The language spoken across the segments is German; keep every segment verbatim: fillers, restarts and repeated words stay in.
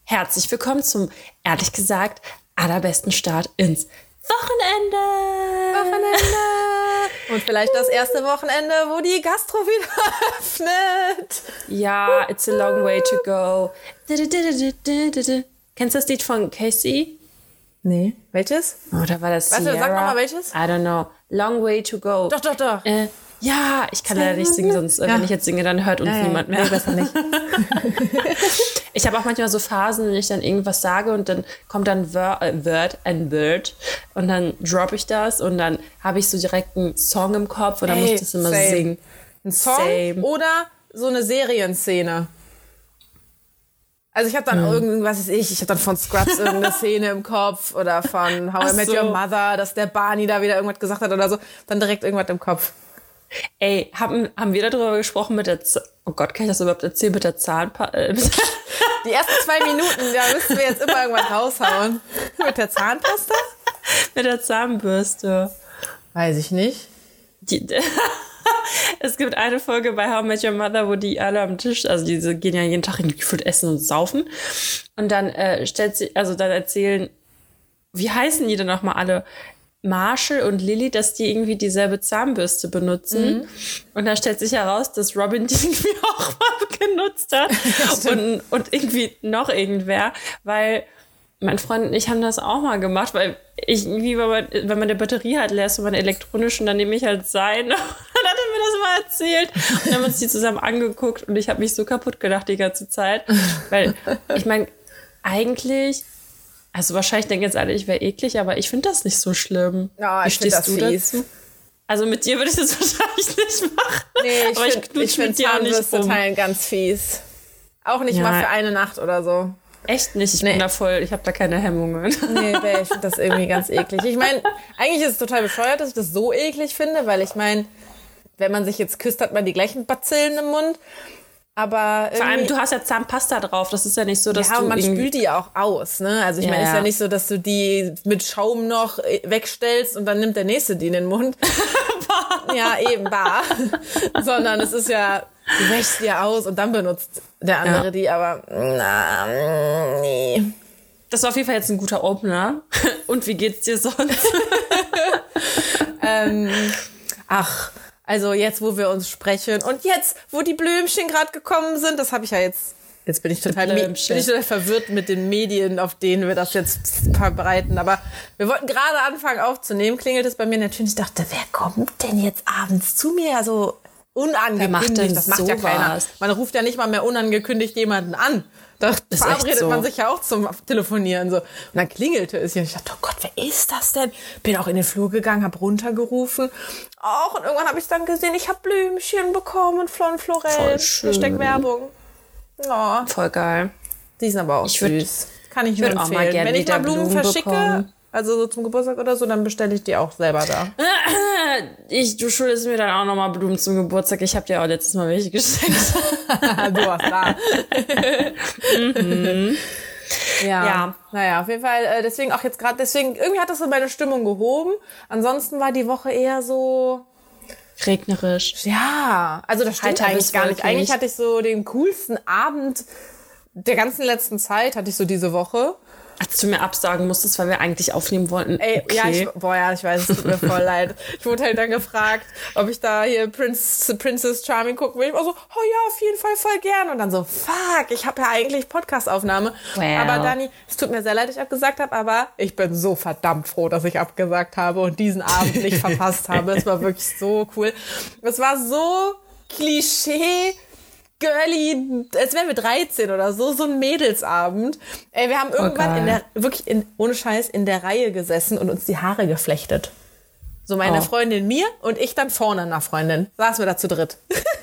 Herzlich willkommen zum, ehrlich gesagt, allerbesten Start ins Wochenende. Wochenende. Und vielleicht das erste Wochenende, wo die Gastro wieder öffnet. Ja, it's a long way to go. Kennst du das Lied von Casey? Nee. Welches? Oh, da war das Weißt du, sag nochmal welches? I don't know. Long way to go. Doch, doch, doch. Äh, ja, ich kann leider nicht singen, sonst, äh, ja. wenn ich jetzt singe, dann hört uns ja, niemand mehr. Nee, besser nicht. Ich habe auch manchmal so Phasen, wenn ich dann irgendwas sage und dann kommt dann Word, äh, Word ein Word und dann droppe ich das und dann habe ich so direkt einen Song im Kopf und dann muss ich das immer same. singen. Ein Song Same. oder so eine Serienszene. Also ich habe dann hm. irgendwas, weiß ich, ich habe dann von Scrubs irgendeine Szene im Kopf oder von How I Met so. Your Mother, dass der Barney da wieder irgendwas gesagt hat oder so. Dann direkt irgendwas im Kopf. Ey, haben, haben wir darüber gesprochen mit der Z- Oh Gott, kann ich das überhaupt erzählen mit der Zahnpasta? Die ersten zwei Minuten, da müssen wir jetzt immer irgendwas raushauen. Mit der Zahnpasta? Mit der Zahnbürste. Weiß ich nicht. Die, es gibt eine Folge bei How I Met Your Mother, wo die alle am Tisch, also diese gehen ja jeden Tag irgendwie gefühlt essen und saufen. Und dann äh, stellt sie, also dann erzählen, wie heißen die denn nochmal alle? Marshall und Lily, dass die irgendwie dieselbe Zahnbürste benutzen. Mhm. Und dann stellt sich heraus, dass Robin die irgendwie auch mal genutzt hat. und, und irgendwie noch irgendwer, weil mein Freund und ich haben das auch mal gemacht, weil ich irgendwie, wenn, man, wenn meine Batterie halt leer ist und meine elektronischen, dann nehme ich halt sein. Und dann hat er mir das mal erzählt. Und dann haben wir uns die zusammen angeguckt und ich habe mich so kaputt gedacht die ganze Zeit. Weil, ich meine, eigentlich... Also wahrscheinlich denken jetzt alle, ich wäre eklig, aber ich finde das nicht so schlimm. Ja, Wie ich finde das du fies. dazu? Also mit dir würde ich das wahrscheinlich nicht machen. Nee, ich aber find, ich knutsch ich find mit dir auch nicht Zahnbürste rum. teilen ganz fies. Auch nicht Ja. mal für eine Nacht oder so. Echt nicht? Ich Nee. bin da voll, ich habe da keine Hemmungen. Nee, nee, ich finde das irgendwie ganz eklig. Ich meine, eigentlich ist es total bescheuert, dass ich das so eklig finde, weil ich meine, wenn man sich jetzt küsst, hat man die gleichen Bazillen im Mund. Aber Vor allem, du hast ja Zahnpasta drauf. Das ist ja nicht so, dass ja, du und man irgendwie... spült die ja auch aus, ne? Also ich Ja, meine, es ist ja. ja nicht so, dass du die mit Schaum noch wegstellst und dann nimmt der Nächste die in den Mund. Ja, eben, bar. Sondern es ist ja, du wäschst die ja aus und dann benutzt der andere Ja. die, aber na, nee. Das war auf jeden Fall jetzt ein guter Opener. Und wie geht's dir sonst? ähm, ach, also jetzt, wo wir uns sprechen und jetzt, wo die Blümchen gerade gekommen sind, das habe ich ja jetzt, jetzt bin ich total, bin ich total verwirrt mit den Medien, auf denen wir das jetzt verbreiten, aber wir wollten gerade anfangen aufzunehmen, klingelt es bei mir natürlich, ich dachte, wer kommt denn jetzt abends zu mir, also unangekündigt, macht denn das macht ja sowas? keiner. Man ruft ja nicht mal mehr unangekündigt jemanden an. Da Ist verabredet echt so. man sich ja auch zum Telefonieren. So. Und dann klingelte es hier. Und ich dachte, oh Gott, wer ist das denn? Bin auch in den Flur gegangen, habe runtergerufen. Auch und irgendwann habe ich dann gesehen, ich habe Blümchen bekommen von Florell. Voll schön. Hashtag Werbung. Oh, Voll geil. die sind aber auch Ich würd- süß. Kann ich ich nur würd auch empfehlen. mal gerne Wenn ich mal wieder Blumen, Blumen verschicke, bekommen. also so zum Geburtstag oder so, dann bestelle ich die auch selber da. Ich, du schuldest mir dann auch nochmal Blumen zum Geburtstag. Ich habe dir auch letztes Mal welche geschenkt. Du warst da. mhm. Ja. Ja. Naja, auf jeden Fall, äh, deswegen auch jetzt gerade, deswegen, irgendwie hat das so meine Stimmung gehoben. Ansonsten war die Woche eher so, Regnerisch. ja, also das stimmt Heiter eigentlich bis gar nicht. wolkig. Eigentlich hatte ich so den coolsten Abend der ganzen letzten Zeit, hatte ich so diese Woche. Als du mir absagen musstest, weil wir eigentlich aufnehmen wollten. Ey, okay. ja, ich, boah, ja, ich weiß, es tut mir voll leid. Ich wurde halt dann gefragt, ob ich da hier Prince, Princess Charming gucken will. Ich war so, oh ja, auf jeden Fall voll gern. Und dann so, fuck, ich habe ja eigentlich Podcast-Aufnahme. Well. Aber Dani, es tut mir sehr leid, dass ich abgesagt habe, aber ich bin so verdammt froh, dass ich abgesagt habe und diesen Abend nicht verpasst habe. Es war wirklich so cool. Es war so Klischee, girly, als wären wir dreizehn oder so, so ein Mädelsabend. Ey, wir haben irgendwann geil. in der, wirklich in, ohne Scheiß, in der Reihe gesessen und uns die Haare geflechtet. So meine Oh. Freundin mir und ich dann vorne einer Freundin. Saßen wir da zu dritt.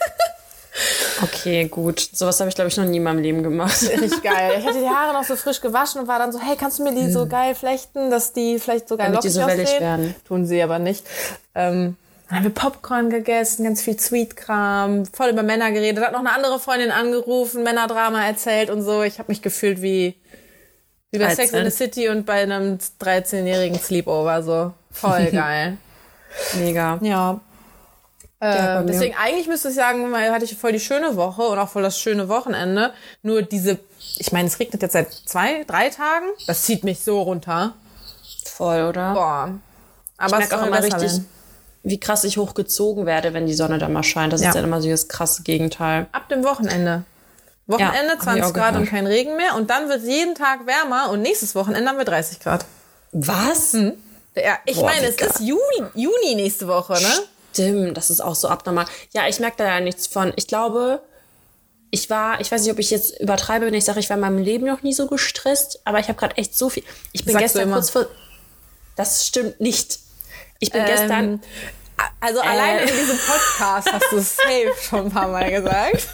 Okay, gut. Sowas habe ich, glaube ich, noch nie in meinem Leben gemacht. Richtig geil. Ich hatte die Haare noch so frisch gewaschen und war dann so, hey, kannst du mir die so geil flechten, dass die vielleicht so geil Damit die lockig so wellig aussehen? werden. Tun sie aber nicht. Ähm, dann haben wir Popcorn gegessen, ganz viel Sweetkram, voll über Männer geredet. Hat noch eine andere Freundin angerufen, Männerdrama erzählt und so. Ich habe mich gefühlt wie, wie bei Sex in the City und bei einem dreizehnjährigen Sleepover. So voll geil. Mega. Ja. Ja, äh, deswegen eigentlich müsste ich sagen, weil hatte ich voll die schöne Woche und auch voll das schöne Wochenende. Nur diese, ich meine, es regnet jetzt seit zwei, drei Tagen. Das zieht mich so runter. Voll, oder? Boah. Aber ich merke auch immer richtig, werden. wie krass ich hochgezogen werde, wenn die Sonne dann mal scheint. Das ja. ist dann immer so das krasse Gegenteil. Ab dem Wochenende. Wochenende ja, zwanzig Grad und kein Regen mehr. Und dann wird es jeden Tag wärmer und nächstes Wochenende haben wir dreißig Grad. Was? Hm. Ja, ich Boah, meine, es ist Juni, Juni nächste Woche, ne? Stimmt, das ist auch so abnormal. Ja, ich merke da ja nichts von. Ich glaube, ich war, ich weiß nicht, ob ich jetzt übertreibe, wenn ich sage, ich war in meinem Leben noch nie so gestresst, aber ich habe gerade echt so viel. Ich bin Sagst gestern kurz vor. Das stimmt nicht. Ich bin ähm, gestern. Also äh, alleine in diesem Podcast hast du es safe schon ein paar Mal gesagt.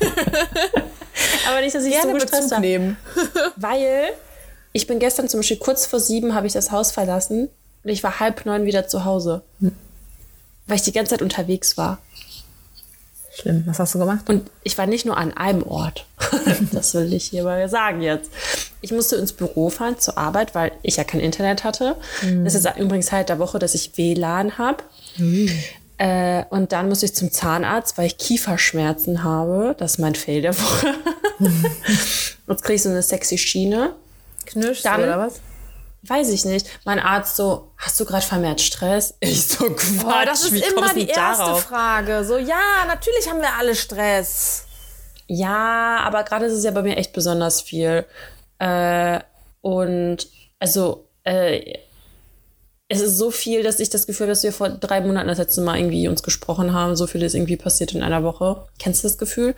Aber nicht, dass ich Gerne so gestresst habe. Weil ich bin gestern zum Beispiel kurz vor sieben habe ich das Haus verlassen und ich war halb neun wieder zu Hause. Hm. Weil ich die ganze Zeit unterwegs war. Schlimm. Was hast du gemacht? Und ich war nicht nur an einem Ort. Das will ich hier mal sagen jetzt. Ich musste ins Büro fahren zur Arbeit, weil ich ja kein Internet hatte. Mhm. Das ist übrigens halt der Woche, dass ich W L A N habe. Mhm. Äh, und dann musste ich zum Zahnarzt, weil ich Kieferschmerzen habe. Das ist mein Fail der Woche. Jetzt kriege ich so eine sexy Schiene. Knirscht oder was? Weiß ich nicht. Mein Arzt so, hast du gerade vermehrt Stress? Ich so, Quatsch. Oh, das ist wie immer die erste darauf? Frage. So, ja, natürlich haben wir alle Stress. Ja, aber gerade ist es ja bei mir echt besonders viel. Äh, und also, äh, es ist so viel, dass ich das Gefühl habe, dass wir vor drei Monaten das letzte Mal irgendwie uns gesprochen haben. So viel ist irgendwie passiert in einer Woche. Kennst du das Gefühl?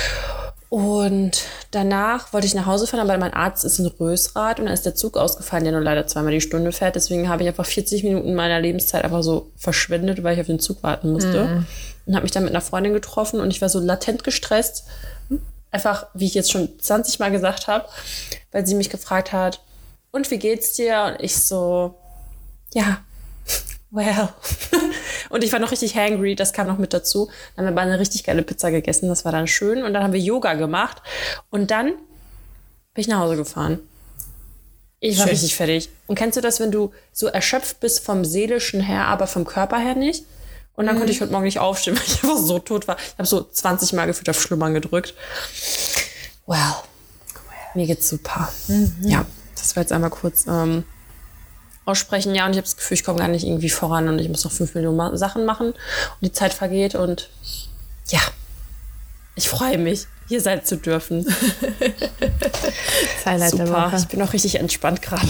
Und danach wollte ich nach Hause fahren, aber mein Arzt ist in Rösrath und da ist der Zug ausgefallen, der nur leider zweimal die Stunde fährt. Deswegen habe ich einfach vierzig Minuten meiner Lebenszeit einfach so verschwendet, weil ich auf den Zug warten musste. Mhm. Und habe mich dann mit einer Freundin getroffen und ich war so latent gestresst. Einfach, wie ich jetzt schon zwanzig Mal gesagt habe, weil sie mich gefragt hat, und wie geht's dir? Und ich so, ja, well. Und ich war noch richtig hangry, das kam noch mit dazu. Dann haben wir eine richtig geile Pizza gegessen, das war dann schön. Und dann haben wir Yoga gemacht. Und dann bin ich nach Hause gefahren. Ich war schön. Richtig fertig. Und kennst du das, wenn du so erschöpft bist vom Seelischen her, aber vom Körper her nicht? Und dann mhm. konnte ich heute Morgen nicht aufstehen, weil ich einfach so tot war. Ich habe so zwanzig Mal gefühlt auf Schlummern gedrückt. Well, mir geht's super. Mhm. Ja, das war jetzt einmal kurz ähm, aussprechen. Ja, und ich habe das Gefühl, ich komme gar nicht irgendwie voran und ich muss noch fünf Millionen Sachen machen und die Zeit vergeht und ja, ich freue mich, hier sein zu dürfen. Super, ich bin auch richtig entspannt gerade.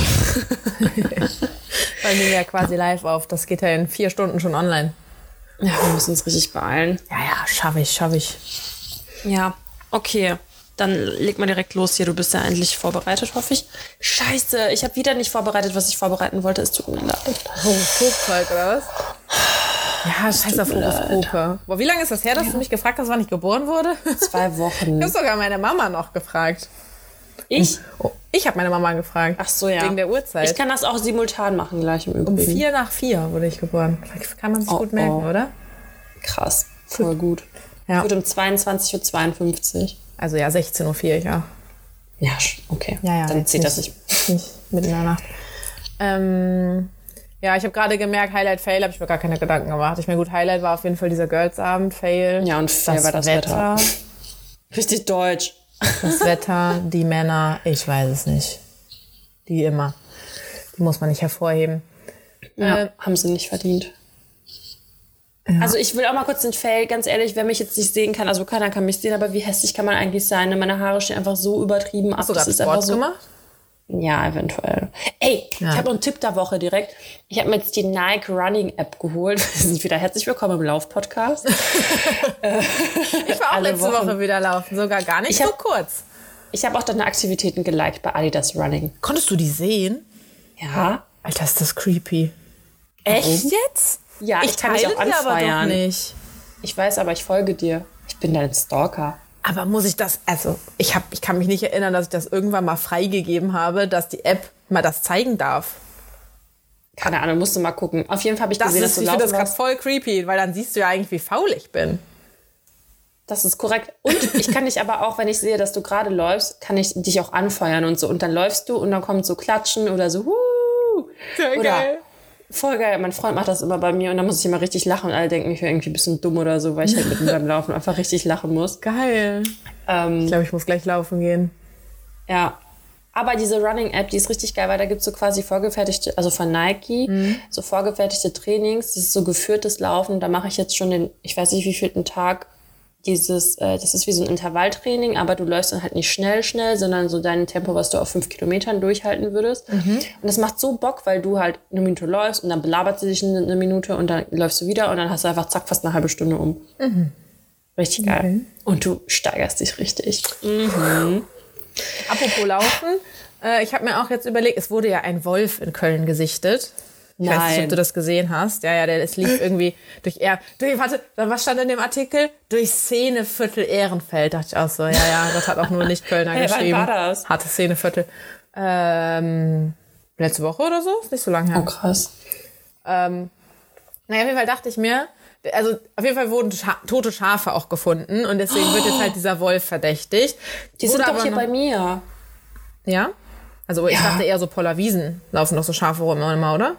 Weil wir ja quasi live auf, das geht ja in vier Stunden schon online. Ja, wir müssen uns richtig beeilen. Ja, ja, schaffe ich, schaffe ich. Ja, okay. Dann leg mal direkt los hier. Du bist ja endlich vorbereitet, hoffe ich. Scheiße, ich habe wieder nicht vorbereitet, was ich vorbereiten wollte. Es tut mir leid. Horoskop halt, oder was? Ja, scheiß auf Horoskope. Boah, wie lange ist das her, dass ja. du mich gefragt hast, wann ich geboren wurde? Zwei Wochen. Ich habe sogar meine Mama noch gefragt. Ich? Oh, ich habe meine Mama gefragt. Ach so, ja. Wegen der Uhrzeit. Ich kann das auch simultan machen gleich im Übrigen. Um vier nach vier wurde ich geboren. Kann man sich oh, gut merken, oh. oder? Krass, voll gut. Ja. Ich wurde um zweiundzwanzig Uhr zweiundfünfzig. Also ja, sechzehn Uhr vier, ja. Ja, okay. Ja, ja, dann zählt das nicht. Nicht mitten in der Nacht. Ähm, ja, ich habe gerade gemerkt, Highlight, Fail, habe ich mir gar keine Gedanken gemacht. Ich meine, gut, Highlight war auf jeden Fall dieser Girls-Abend, Fail. Ja, und Fail war das Wetter. Wetter. Richtig deutsch. Das Wetter, die Männer, ich weiß es nicht. Die immer. Die muss man nicht hervorheben. Ja, äh, haben sie nicht verdient. Ja. Also ich will auch mal kurz den Fail, ganz ehrlich, wer mich jetzt nicht sehen kann, also keiner kann mich sehen, aber wie hässlich kann man eigentlich sein? Meine Haare stehen einfach so übertrieben ab. Hast du gerade Sport so gemacht? Ja, eventuell. Ey, ja. Ich habe noch einen Tipp der Woche direkt. Ich habe mir jetzt die Nike Running App geholt. Wir sind wieder herzlich willkommen im Lauf-Podcast. Ich war auch letzte Wochen. Woche wieder laufen, sogar gar nicht ich so hab, kurz. Ich habe auch deine Aktivitäten geliked bei Adidas Running. Konntest du die sehen? Ja. Alter, ist das creepy. Echt Warum? Jetzt? Ja, ich, ich kann dich auch anfeuern. Aber doch nicht. Ich weiß, aber ich folge dir. Ich bin dein Stalker. Aber muss ich das, also ich, hab, ich kann mich nicht erinnern, dass ich das irgendwann mal freigegeben habe, dass die App mal das zeigen darf. Keine Ahnung, musst du mal gucken. Auf jeden Fall habe ich das gesehen, ist, dass du ich laufen finde das gerade voll creepy, weil dann siehst du ja eigentlich, wie faul ich bin. Das ist korrekt. Und ich kann dich aber auch, wenn ich sehe, dass du gerade läufst, kann ich dich auch anfeuern und so. Und dann läufst du und dann kommt so Klatschen oder so, huh. Sehr oder geil. Voll geil. Mein Freund macht das immer bei mir und dann muss ich immer richtig lachen und alle denken, ich wäre irgendwie ein bisschen dumm oder so, weil ich halt mitten beim Laufen einfach richtig lachen muss. Geil. Ähm, ich glaube, ich muss gleich laufen gehen. Ja. Aber diese Running-App, die ist richtig geil, weil da gibt es so quasi vorgefertigte, also von Nike, mhm. so vorgefertigte Trainings. Das ist so geführtes Laufen. Da mache ich jetzt schon den, ich weiß nicht wie vielten Tag, dieses, äh, das ist wie so ein Intervalltraining, aber du läufst dann halt nicht schnell, schnell, sondern so dein Tempo, was du auf fünf Kilometern durchhalten würdest. Mhm. Und das macht so Bock, weil du halt eine Minute läufst und dann belabert sie dich eine, eine Minute und dann läufst du wieder und dann hast du einfach zack fast eine halbe Stunde um. Mhm. Richtig geil. Mhm. Und du steigerst dich richtig. Mhm. Apropos Laufen, äh, ich habe mir auch jetzt überlegt, es wurde ja ein Wolf in Köln gesichtet. Ich Nein. weiß nicht, ob du das gesehen hast. Ja, ja, der, es lief irgendwie durch er, durch, warte, was stand in dem Artikel? Durch Szeneviertel Ehrenfeld. Dachte ich auch so, ja, ja, das hat auch nur nicht Kölner hey, geschrieben. Wann war das? Hatte Szeneviertel. Ähm, letzte Woche oder so? Ist nicht so lange her. Oh, krass. Ähm, naja, auf jeden Fall dachte ich mir, also auf jeden Fall wurden Scha- tote Schafe auch gefunden und deswegen oh. wird jetzt halt dieser Wolf verdächtigt. Die sind doch hier noch, bei mir. Ja? Also ich ja. dachte eher so Pollerwiesen laufen doch so Schafe rum immer, oder?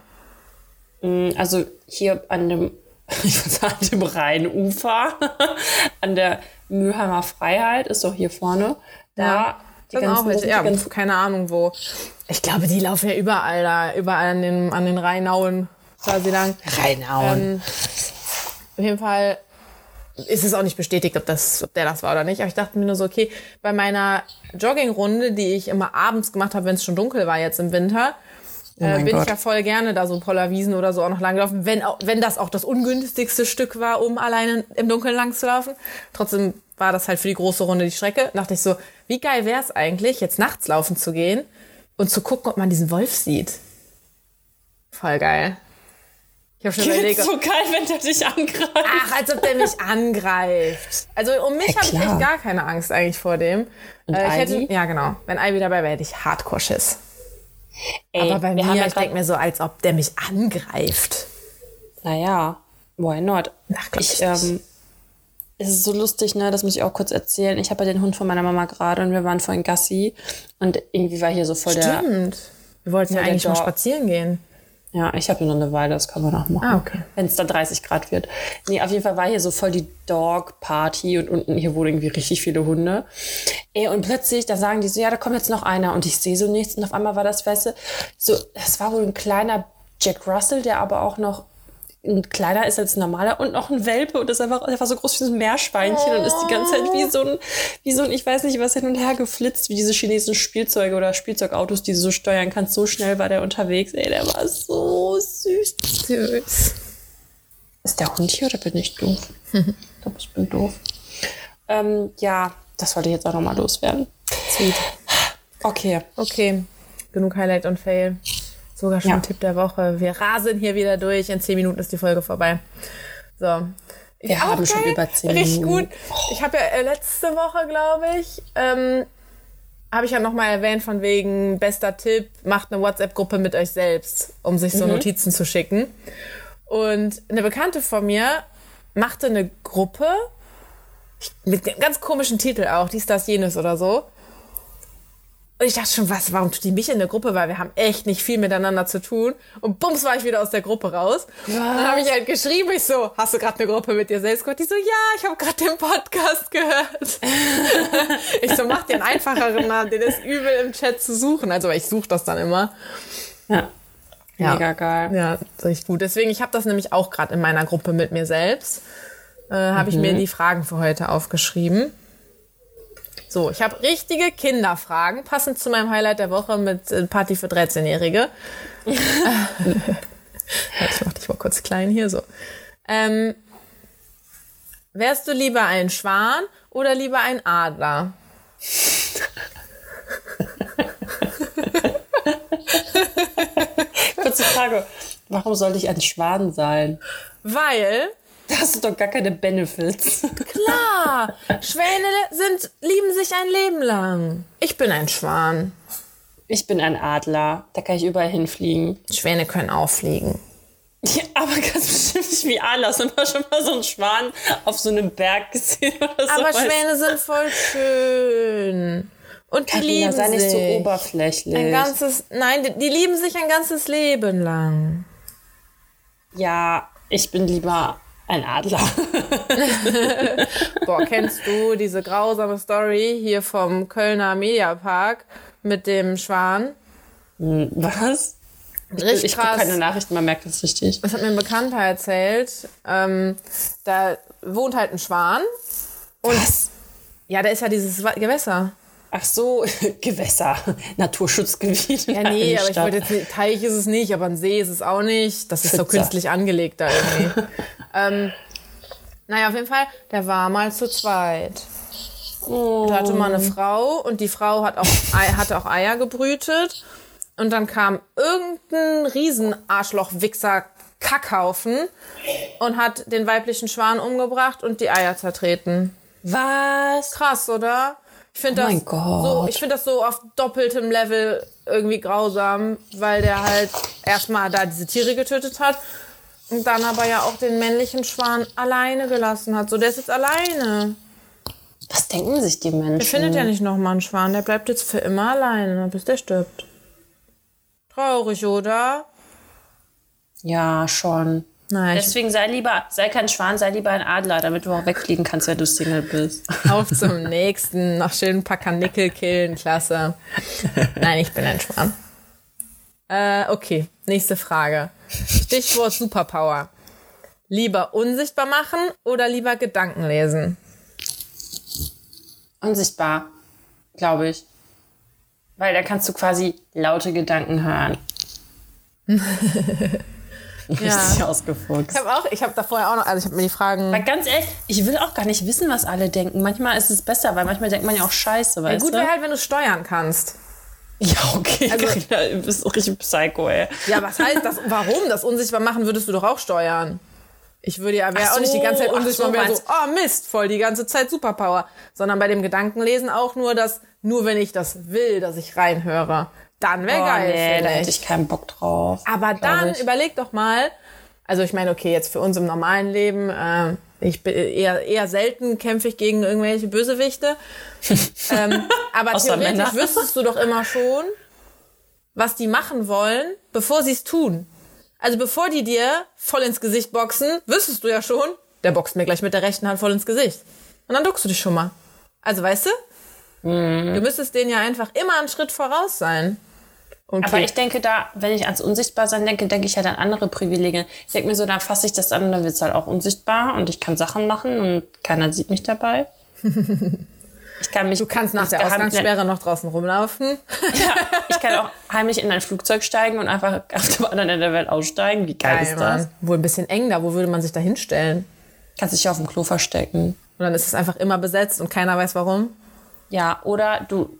Also hier an dem, ich würde sagen, an dem Rheinufer, an der Mülheimer Freiheit, ist doch hier vorne. Da ja, die ganzen, auch, ja, ganzen, keine Ahnung wo. Ich glaube, die laufen ja überall da, überall an den, an den Rheinauen quasi lang. Rheinauen. Ähm, auf jeden Fall ist es auch nicht bestätigt, ob, das, ob der das war oder nicht. Aber ich dachte mir nur so, okay, bei meiner Joggingrunde, die ich immer abends gemacht habe, wenn es schon dunkel war jetzt im Winter, Oh äh, bin Gott. ich ja voll gerne da so Pollerwiesen oder so auch noch lang gelaufen, wenn, auch, wenn das auch das ungünstigste Stück war, um alleine im Dunkeln lang zu laufen. Trotzdem war das halt für die große Runde die Strecke. Da dachte ich so, wie geil wäre es eigentlich, jetzt nachts laufen zu gehen und zu gucken, ob man diesen Wolf sieht. Voll geil. Ich habe schon überlegt. So geil, wenn der dich angreift. Ach, als ob der mich angreift. Also um mich ja, habe ich echt gar keine Angst eigentlich vor dem. Und äh, ich Ivy? hätte, ja, genau. Wenn Ivy dabei wäre, hätte ich Hardcore-Schiss. Ey, aber bei mir, ja ich denke mir so, als ob der mich angreift. Naja, why not? Ach, ich, ähm, es ist so lustig, ne, das muss ich auch kurz erzählen. Ich habe ja den Hund von meiner Mama gerade und wir waren vorhin Gassi und irgendwie war hier so voll Stimmt. der... Stimmt. Wir wollten ja eigentlich mal spazieren gehen. Ja, ich habe noch eine Weile, das kann man auch machen. Ah, okay. Wenn es dann dreißig Grad wird. Nee, auf jeden Fall war hier so voll die Dog-Party und unten hier wohnen irgendwie richtig viele Hunde. Ey, und plötzlich, da sagen die so, ja, da kommt jetzt noch einer und ich sehe so nichts und auf einmal war das, weißt du, so, das war wohl ein kleiner Jack Russell, der aber auch noch ein kleiner ist als ein normaler und noch ein Welpe und ist einfach, der war so groß wie so ein Meerschweinchen oh. und ist die ganze Zeit wie so ein, wie so ein, ich weiß nicht was, hin und her geflitzt, wie diese chinesischen Spielzeuge oder Spielzeugautos, die du so steuern kannst. So schnell war der unterwegs. Ey, der war so süß. Süß. Ist der Hund hier oder bin ich doof? Ich glaube, ich bin doof. Ähm, ja, das wollte ich jetzt auch nochmal loswerden. Sweet. Okay. Okay. Genug Highlight und Fail. Sogar schon ja. ein Tipp der Woche. Wir rasen hier wieder durch. In zehn Minuten ist die Folge vorbei. So. Wir ja, haben geil. schon über zehn Minuten. Richtig gut. Ich habe ja äh, letzte Woche, glaube ich, ähm, habe ich ja nochmal erwähnt von wegen bester Tipp, macht eine WhatsApp-Gruppe mit euch selbst, um sich so mhm. Notizen zu schicken. Und eine Bekannte von mir machte eine Gruppe mit einem ganz komischen Titel auch, dies, das, jenes oder so. Und ich dachte schon, was, warum tut die mich in der Gruppe? Weil wir haben echt nicht viel miteinander zu tun. Und bums war ich wieder aus der Gruppe raus. Was? Dann habe ich halt geschrieben, ich so, hast du gerade eine Gruppe mit dir selbst gehört? Die so, ja, ich habe gerade den Podcast gehört. Ich so, mach dir einen einfacheren Namen, den ist übel im Chat zu suchen. Also ich suche das dann immer. Ja. ja. Mega geil. Ja, richtig gut. Deswegen, ich habe das nämlich auch gerade in meiner Gruppe mit mir selbst. Äh, habe mhm. ich mir die Fragen für heute aufgeschrieben. So, ich habe richtige Kinderfragen, passend zu meinem Highlight der Woche mit äh, Party für dreizehnjährige. Ich mach dich mal kurz klein hier, so. Ähm, wärst du lieber ein Schwan oder lieber ein Adler? Kurze Frage, warum sollte ich ein Schwan sein? Weil... Da hast du doch gar keine Benefits. Klar, Schwäne sind, lieben sich ein Leben lang. Ich bin ein Schwan. Ich bin ein Adler. Da kann ich überall hinfliegen. Schwäne können auch fliegen. Ja, aber ganz bestimmt nicht wie Adler. Hast du mal schon mal so einen Schwan auf so einem Berg gesehen oder so? Aber Schwäne sind voll schön. Und die Carina, lieben sei nicht sich. so oberflächlich. Ein ganzes, nein, die, die lieben sich ein ganzes Leben lang. Ja, ich bin lieber ein Adler. Boah, kennst du diese grausame Story hier vom Kölner Mediapark mit dem Schwan? Was? Ich, Richtig ich gucke krass. keine Nachrichten, man merkt das richtig. Das hat mir ein Bekannter erzählt. Ähm, da wohnt halt ein Schwan. Und Was? ja, da ist ja dieses Wa- Gewässer. Ach so, Gewässer, Naturschutzgebiet. Ja, nee, aber ich wollte jetzt nicht, Teich ist es nicht, aber ein See ist es auch nicht. Das ist so Pfütze. künstlich angelegt da irgendwie. ähm, naja, auf jeden Fall, der war mal zu zweit. Oh. Da hatte mal eine Frau und die Frau hat auch, Ei- hatte auch Eier gebrütet. Und dann kam irgendein Riesenarschloch-Wichser Kackhaufen und hat den weiblichen Schwan umgebracht und die Eier zertreten. Was? Krass, oder? Ich finde Oh das mein Gott. so, ich finde das so auf doppeltem Level irgendwie grausam, weil der halt erstmal da diese Tiere getötet hat und dann aber ja auch den männlichen Schwan alleine gelassen hat. So, der ist jetzt alleine. Was denken sich die Menschen? Der findet ja nicht nochmal einen Schwan, der bleibt jetzt für immer alleine, bis der stirbt. Traurig, oder? Ja, schon. Nein, ich- Deswegen sei lieber, sei kein Schwan, sei lieber ein Adler, damit du auch wegfliegen kannst, wenn du Single bist. Auf zum nächsten, noch schön ein paar Kanickel killen, klasse. Nein, ich bin ein Schwan. Äh, okay, nächste Frage. Stichwort Superpower. Lieber unsichtbar machen oder lieber Gedanken lesen? Unsichtbar, glaube ich. Weil da kannst du quasi laute Gedanken hören. Richtig ausgefuchst. Ich habe auch, ich habe da vorher auch noch, also ich habe mir die Fragen. Weil ganz ehrlich, ich will auch gar nicht wissen, was alle denken. Manchmal ist es besser, weil manchmal denkt man ja auch Scheiße, Ja, weißt gut du? wäre halt, wenn du steuern kannst. Ja, okay. Also- Carina, du bist so richtig Psycho, ey. Ja, was heißt das? Warum? Das unsichtbar machen würdest du doch auch steuern. Ich würde ja, wäre Ach auch nicht die ganze Zeit so, ach unsichtbar so, und wäre so, meinst- oh Mist, voll die ganze Zeit Superpower. Sondern bei dem Gedankenlesen auch nur, dass, nur wenn ich das will, dass ich reinhöre. Dann wäre Oh, geil. nee, finde da ich. hätte ich keinen Bock drauf. Aber glaub dann ich. überleg doch mal, also ich meine, okay, jetzt für uns im normalen Leben, äh, ich bin eher, eher selten kämpfe ich gegen irgendwelche Bösewichte. ähm, aber Außer theoretisch Männer. wüsstest du doch immer schon, was die machen wollen, bevor sie es tun. Also bevor die dir voll ins Gesicht boxen, wüsstest du ja schon, der boxt mir gleich mit der rechten Hand voll ins Gesicht. Und dann duckst du dich schon mal. Also weißt du, Mhm. du müsstest denen ja einfach immer einen Schritt voraus sein. Okay. Aber ich denke da, wenn ich ans Unsichtbarsein denke, denke ich halt an andere Privilegien. Ich denke mir so, dann fasse ich das an und dann wird es halt auch unsichtbar und ich kann Sachen machen und keiner sieht mich dabei. Ich kann mich, Du kannst nach der Ausgangssperre noch draußen rumlaufen. Ja, ich kann auch heimlich in ein Flugzeug steigen und einfach auf dem anderen Ende der Welt aussteigen. Wie geil, ist das? Mann. Wohl ein bisschen eng da. Wo würde man sich da hinstellen? Kannst dich auf dem Klo verstecken. Und dann ist es einfach immer besetzt und keiner weiß warum. Ja, oder du,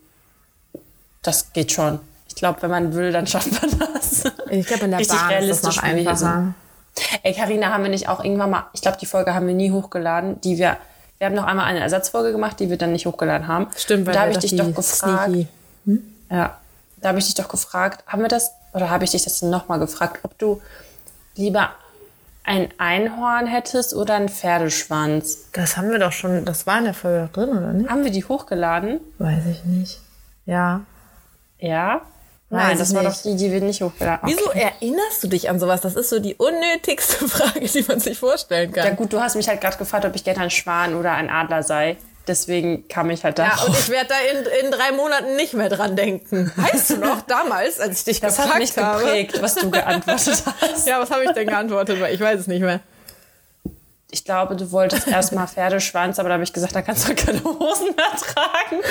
das geht schon. Ich glaube, wenn man will, dann schafft man das. Ich glaube, in der Richtig Bahn ist das noch realistisch gewesen. einfacher. Ey, Carina, haben wir nicht auch irgendwann mal, ich glaube, die Folge haben wir nie hochgeladen, die wir, wir haben noch einmal eine Ersatzfolge gemacht, die wir dann nicht hochgeladen haben. Stimmt, weil da wir habe ich doch dich die doch gefragt. Sneaky- Ja, da habe ich dich doch gefragt, haben wir das, oder habe ich dich das nochmal gefragt, ob du lieber ein Einhorn hättest oder einen Pferdeschwanz? Das haben wir doch schon, das war in der Folge doch drin, oder nicht? Haben wir die hochgeladen? Weiß ich nicht. Ja. Ja? Weiß Nein, ich das war nicht. doch die, die wir nicht hochgeladen haben. Wieso erinnerst du dich an sowas? Das ist so die unnötigste Frage, die man sich vorstellen kann. Ja gut, du hast mich halt gerade gefragt, ob ich gerne ein Schwan oder ein Adler sei. Deswegen kam ich halt da. Ja, und ich werde da in, in drei Monaten nicht mehr dran denken. Weißt du noch, damals, als ich dich das gefragt hat mich habe? geprägt, was du geantwortet hast. Ja, was habe ich denn geantwortet? Weil ich weiß es nicht mehr. Ich glaube, du wolltest erstmal Pferdeschwanz, aber da habe ich gesagt, da kannst du keine Hosen mehr tragen.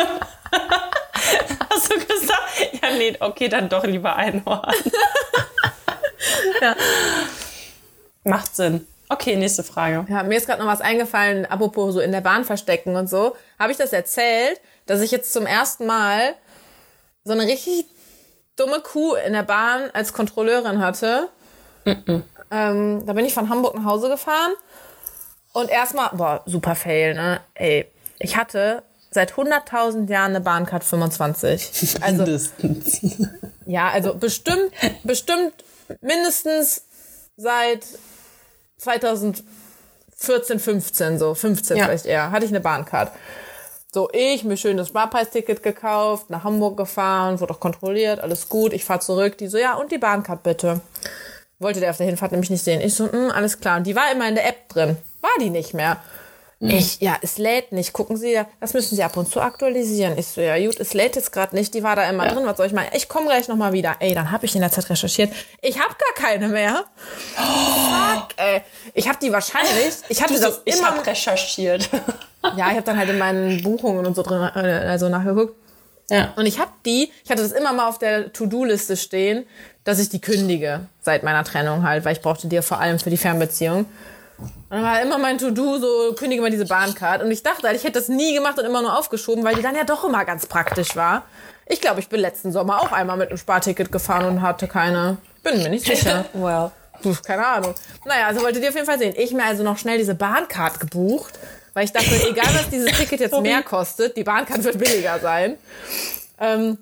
Hast du gesagt? Ja, nee, okay, dann doch lieber Einhorn. Ja. Macht Sinn. Okay, nächste Frage. Ja, mir ist gerade noch was eingefallen, apropos so in der Bahn verstecken und so. Habe ich das erzählt, dass ich jetzt zum ersten Mal so eine richtig dumme Kuh in der Bahn als Kontrolleurin hatte? Mm-mm. Ähm, da bin ich von Hamburg nach Hause gefahren und erstmal, boah, super Fail, ne? Ey, ich hatte seit hunderttausend Jahren eine Bahncard fünfundzwanzig. Also, Mindestens. ja, also bestimmt, bestimmt mindestens seit zweitausendvierzehn, fünfzehn, so fünfzehn Ja. vielleicht eher, hatte ich eine Bahncard. So, ich mir schön das Sparpreisticket gekauft, nach Hamburg gefahren, wurde auch kontrolliert, alles gut, ich fahr zurück. Die so, ja, und die Bahncard bitte. wollte der auf der Hinfahrt nämlich nicht sehen. Ich so, mh, alles klar. Und die war immer in der App drin. War die nicht mehr. Mhm. Ich, ja, es lädt nicht. Gucken Sie, das müssen Sie ab und zu aktualisieren. Ich so, ja gut, es lädt jetzt gerade nicht. Die war da immer ja. drin. Was soll ich machen? Ich komme gleich nochmal wieder. Ey, dann habe ich in der Zeit recherchiert. Ich habe gar keine mehr. Oh. Fuck, ey. Ich habe die wahrscheinlich, ich hatte du das so, ich immer... Ich habe recherchiert. Ja, ich habe dann halt in meinen Buchungen und so drin, also nachgeguckt. Ja. Und ich habe die, ich hatte das immer mal auf der To-Do-Liste stehen, dass ich die kündige seit meiner Trennung halt, weil ich brauchte die ja vor allem für die Fernbeziehung. Und dann war immer mein To-Do so, kündige mal diese Bahncard. Und ich dachte halt, ich hätte das nie gemacht und immer nur aufgeschoben, weil die dann ja doch immer ganz praktisch war. Ich glaube, ich bin letzten Sommer auch einmal mit einem Sparticket gefahren und hatte keine, bin mir nicht sicher. Wow. Puh, keine Ahnung. Naja, also wolltet ihr auf jeden Fall sehen. Ich mir also noch schnell diese Bahncard gebucht. Weil ich dachte, egal was dieses Ticket jetzt mehr kostet, die Bahncard wird billiger sein. Ähm,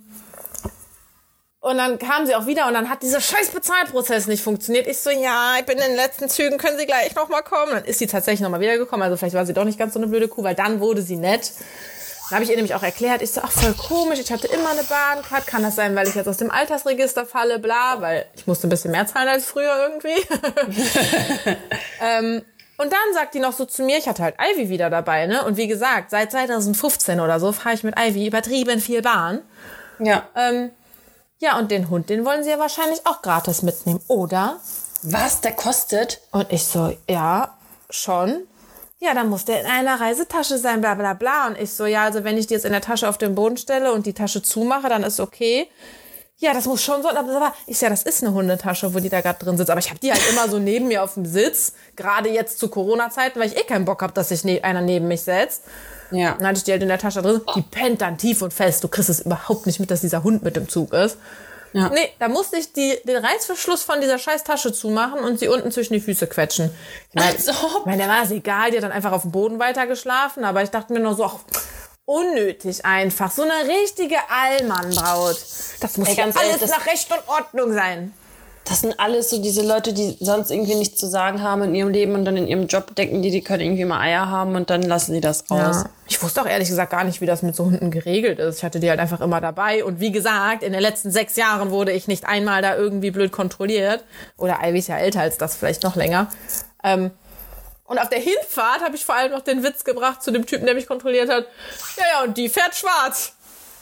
und dann kam sie auch wieder und dann hat dieser scheiß Bezahlprozess nicht funktioniert. Ich so, ja, ich bin in den letzten Zügen, können Sie gleich noch mal kommen? Dann ist sie tatsächlich noch mal wiedergekommen. Also vielleicht war sie doch nicht ganz so eine blöde Kuh, weil dann wurde sie nett. Dann habe ich ihr nämlich auch erklärt, ich so, ach voll komisch, ich hatte immer eine Bahncard. Kann das sein, weil ich jetzt aus dem Altersregister falle, bla, weil ich musste ein bisschen mehr zahlen als früher irgendwie. ähm, Und dann sagt die noch so zu mir, ich hatte halt Ivy wieder dabei, ne? Und wie gesagt, seit zwanzig fünfzehn oder so fahre ich mit Ivy übertrieben viel Bahn. Ja. Ähm, ja, und den Hund, den wollen sie ja wahrscheinlich auch gratis mitnehmen, oder? Was? Der kostet? Und ich so, ja, schon. Ja, dann muss der in einer Reisetasche sein, bla bla bla. Und ich so, ja, also wenn ich die jetzt in der Tasche auf den Boden stelle und die Tasche zumache, dann ist okay. Ja, das muss schon so. Aber ich ja, das ist eine Hundetasche, wo die da gerade drin sitzt. Aber ich habe die halt immer so neben mir auf dem Sitz. Gerade jetzt zu Corona-Zeiten, weil ich eh keinen Bock habe, dass sich ne- einer neben mich setzt. Ja. Dann hatte ich die halt in der Tasche drin. Die pennt dann tief und fest. Du kriegst es überhaupt nicht mit, dass dieser Hund mit dem Zug ist. Ja. Nee, da musste ich die, den Reißverschluss von dieser scheiß Tasche zumachen und sie unten zwischen die Füße quetschen. Ich meine, also. ich mein, der war es egal. Die hat dann einfach auf dem Boden weiter geschlafen. Aber ich dachte mir nur so, ach, unnötig einfach. So eine richtige Allmannbraut. Das muss Ey, ja alles ehrlich, nach Recht und Ordnung sein. Das sind alles so diese Leute, die sonst irgendwie nichts zu sagen haben in ihrem Leben und dann in ihrem Job denken die, die können irgendwie mal Eier haben und dann lassen die das raus. Ja. Ich wusste auch ehrlich gesagt gar nicht, wie das mit so Hunden geregelt ist. Ich hatte die halt einfach immer dabei. Und wie gesagt, in den letzten sechs Jahren wurde ich nicht einmal da irgendwie blöd kontrolliert. Oder Ivy ist ja älter als das, vielleicht noch länger. Ähm, Und auf der Hinfahrt habe ich vor allem noch den Witz gebracht zu dem Typen, der mich kontrolliert hat. Ja, ja, und die fährt schwarz.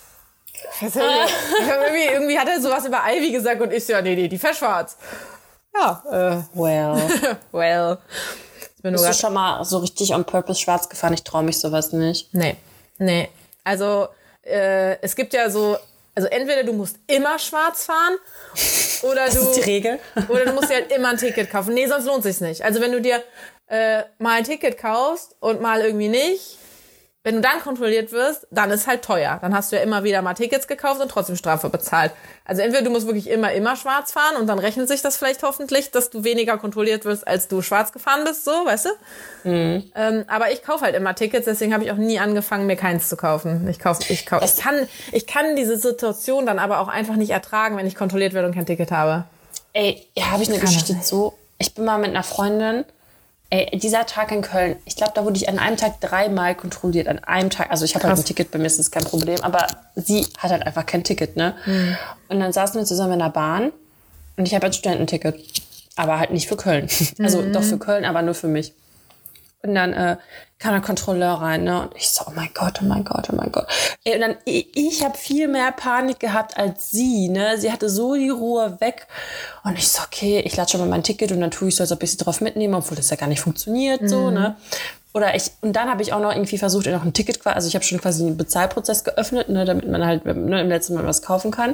irgendwie, irgendwie hat er sowas über Ivy gesagt und ich so, ja, nee, nee, die fährt schwarz. Ja, äh, well. well. Bist du schon mal so richtig on purpose schwarz gefahren? Ich traue mich sowas nicht. Nee, nee. Also, äh, es gibt ja so, also entweder du musst immer schwarz fahren oder das du... Das ist die Regel. Oder du musst dir halt immer ein Ticket kaufen. Nee, sonst lohnt sich's nicht. Also wenn du dir äh, mal ein Ticket kaufst und mal irgendwie nicht, wenn du dann kontrolliert wirst, dann ist halt teuer. Dann hast du ja immer wieder mal Tickets gekauft und trotzdem Strafe bezahlt. Also entweder du musst wirklich immer, immer schwarz fahren und dann rechnet sich das vielleicht hoffentlich, dass du weniger kontrolliert wirst, als du schwarz gefahren bist, so, weißt du? Mhm. Ähm, aber ich kaufe halt immer Tickets, deswegen habe ich auch nie angefangen, mir keins zu kaufen. Ich kauf, ich kauf, ich kann, ich kann diese Situation dann aber auch einfach nicht ertragen, wenn ich kontrolliert werde und kein Ticket habe. Ey, ja, habe ich eine Geschichte zu. Ich bin mal mit einer Freundin. Ey, dieser Tag in Köln, ich glaube, da wurde ich an einem Tag dreimal kontrolliert. An einem Tag, also ich habe halt ein Ticket, bei mir ist das kein Problem, aber sie hat halt einfach kein Ticket, ne? Mhm. Und dann saßen wir zusammen in der Bahn und ich habe ein Studententicket, aber halt nicht für Köln. Also mhm. doch für Köln, aber nur für mich. Und dann äh, kam der Kontrolleur rein, ne? Und ich so, oh mein Gott, oh mein Gott, oh mein Gott. Ey, und dann, ich, ich habe viel mehr Panik gehabt als sie, ne? Sie hatte so die Ruhe weg. Und ich so, okay, ich lade schon mal mein Ticket und dann tue ich so, als ob ich sie drauf mitnehme, obwohl das ja gar nicht funktioniert, mhm. so, ne? Oder ich, und dann habe ich auch noch irgendwie versucht, noch ein Ticket, also ich habe schon quasi einen Bezahlprozess geöffnet, ne? Damit man halt ne, im letzten Mal was kaufen kann.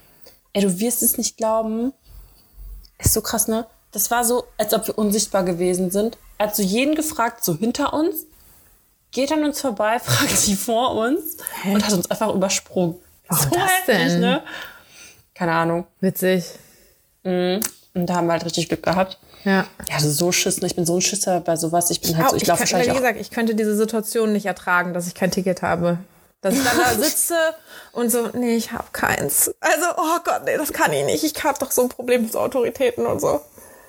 Ey, du wirst es nicht glauben. Ist so krass, ne? Das war so, als ob wir unsichtbar gewesen sind. Er hat so jeden gefragt, so hinter uns, geht an uns vorbei, fragt die vor uns Hä? Und hat uns einfach übersprungen. Warum so das heftig, denn? Ne? Keine Ahnung. Witzig. Mhm. Und da haben wir halt richtig Glück gehabt. Ja. Ja, also so Schiss, ich bin so ein Schisser bei sowas. Ich bin halt so, ich, ich laufe wahrscheinlich Wie gesagt, ich könnte diese Situation nicht ertragen, dass ich kein Ticket habe. Dass ich dann da sitze und so, nee, ich habe keins. Also, oh Gott, nee, das kann ich nicht. Ich habe doch so ein Problem mit Autoritäten und so.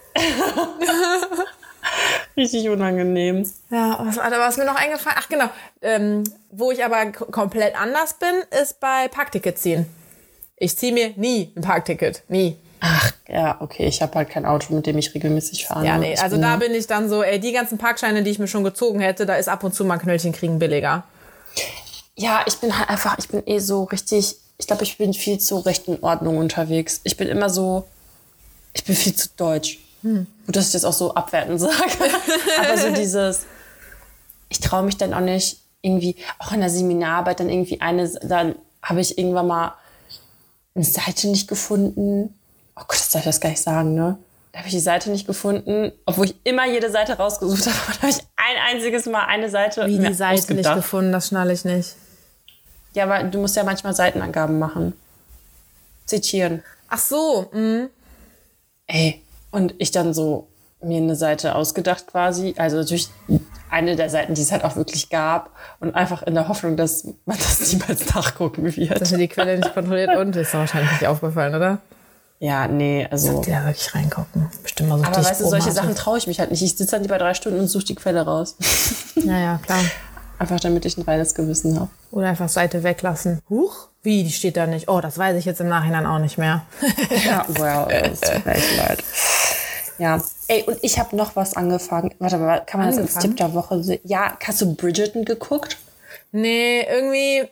Richtig unangenehm. Ja, was, aber was mir noch eingefallen, ach genau, ähm, wo ich aber k- komplett anders bin, ist bei Parkticket ziehen. Ich ziehe mir nie ein Parkticket, nie. Ach, ja, okay. Ich habe halt kein Auto, mit dem ich regelmäßig fahre. Ja, nee, ich also bin, da bin ich dann so, ey, die ganzen Parkscheine, die ich mir schon gezogen hätte, da ist ab und zu mal ein Knöllchen kriegen billiger. Ja, ich bin halt einfach, ich bin eh so richtig, ich glaube, ich bin viel zu rechten Ordnung unterwegs. Ich bin immer so, ich bin viel zu deutsch. Hm. Gut, dass ich das auch so abwertend sage. Aber so dieses, ich traue mich dann auch nicht irgendwie, auch in der Seminararbeit dann irgendwie eine, dann habe ich irgendwann mal eine Seite nicht gefunden. Oh Gott, das darf ich das gar nicht sagen, ne? Da habe ich die Seite nicht gefunden, obwohl ich immer jede Seite rausgesucht habe. Aber da habe ich ein einziges Mal eine Seite Wie die Seite ausgedacht. Nicht gefunden, das schnalle ich nicht. Ja, weil du musst ja manchmal Seitenangaben machen. Zitieren. Ach so. Mhm. Ey, und ich dann so mir eine Seite ausgedacht quasi. Also natürlich eine der Seiten, die es halt auch wirklich gab. Und einfach in der Hoffnung, dass man das niemals nachgucken wird. Dass ihr die Quelle nicht kontrolliert und ist wahrscheinlich nicht aufgefallen, oder? Ja, nee, also... Sollte ja wirklich reingucken. Bestimmt mal so. Aber weißt du, solche Sachen traue ich mich halt nicht. Ich sitze dann lieber drei Stunden und suche die Quelle raus. Ja, ja, klar. Einfach damit ich ein reines Gewissen habe. Oder einfach Seite weglassen. Huch, wie, die steht da nicht. Oh, das weiß ich jetzt im Nachhinein auch nicht mehr. Ja, well, es tut mir echt leid. Ja, ey, und ich habe noch was angefangen. Warte mal, kann man angefangen? Das als Tipp der Woche sehen? Ja, hast du Bridgerton geguckt? Nee, irgendwie...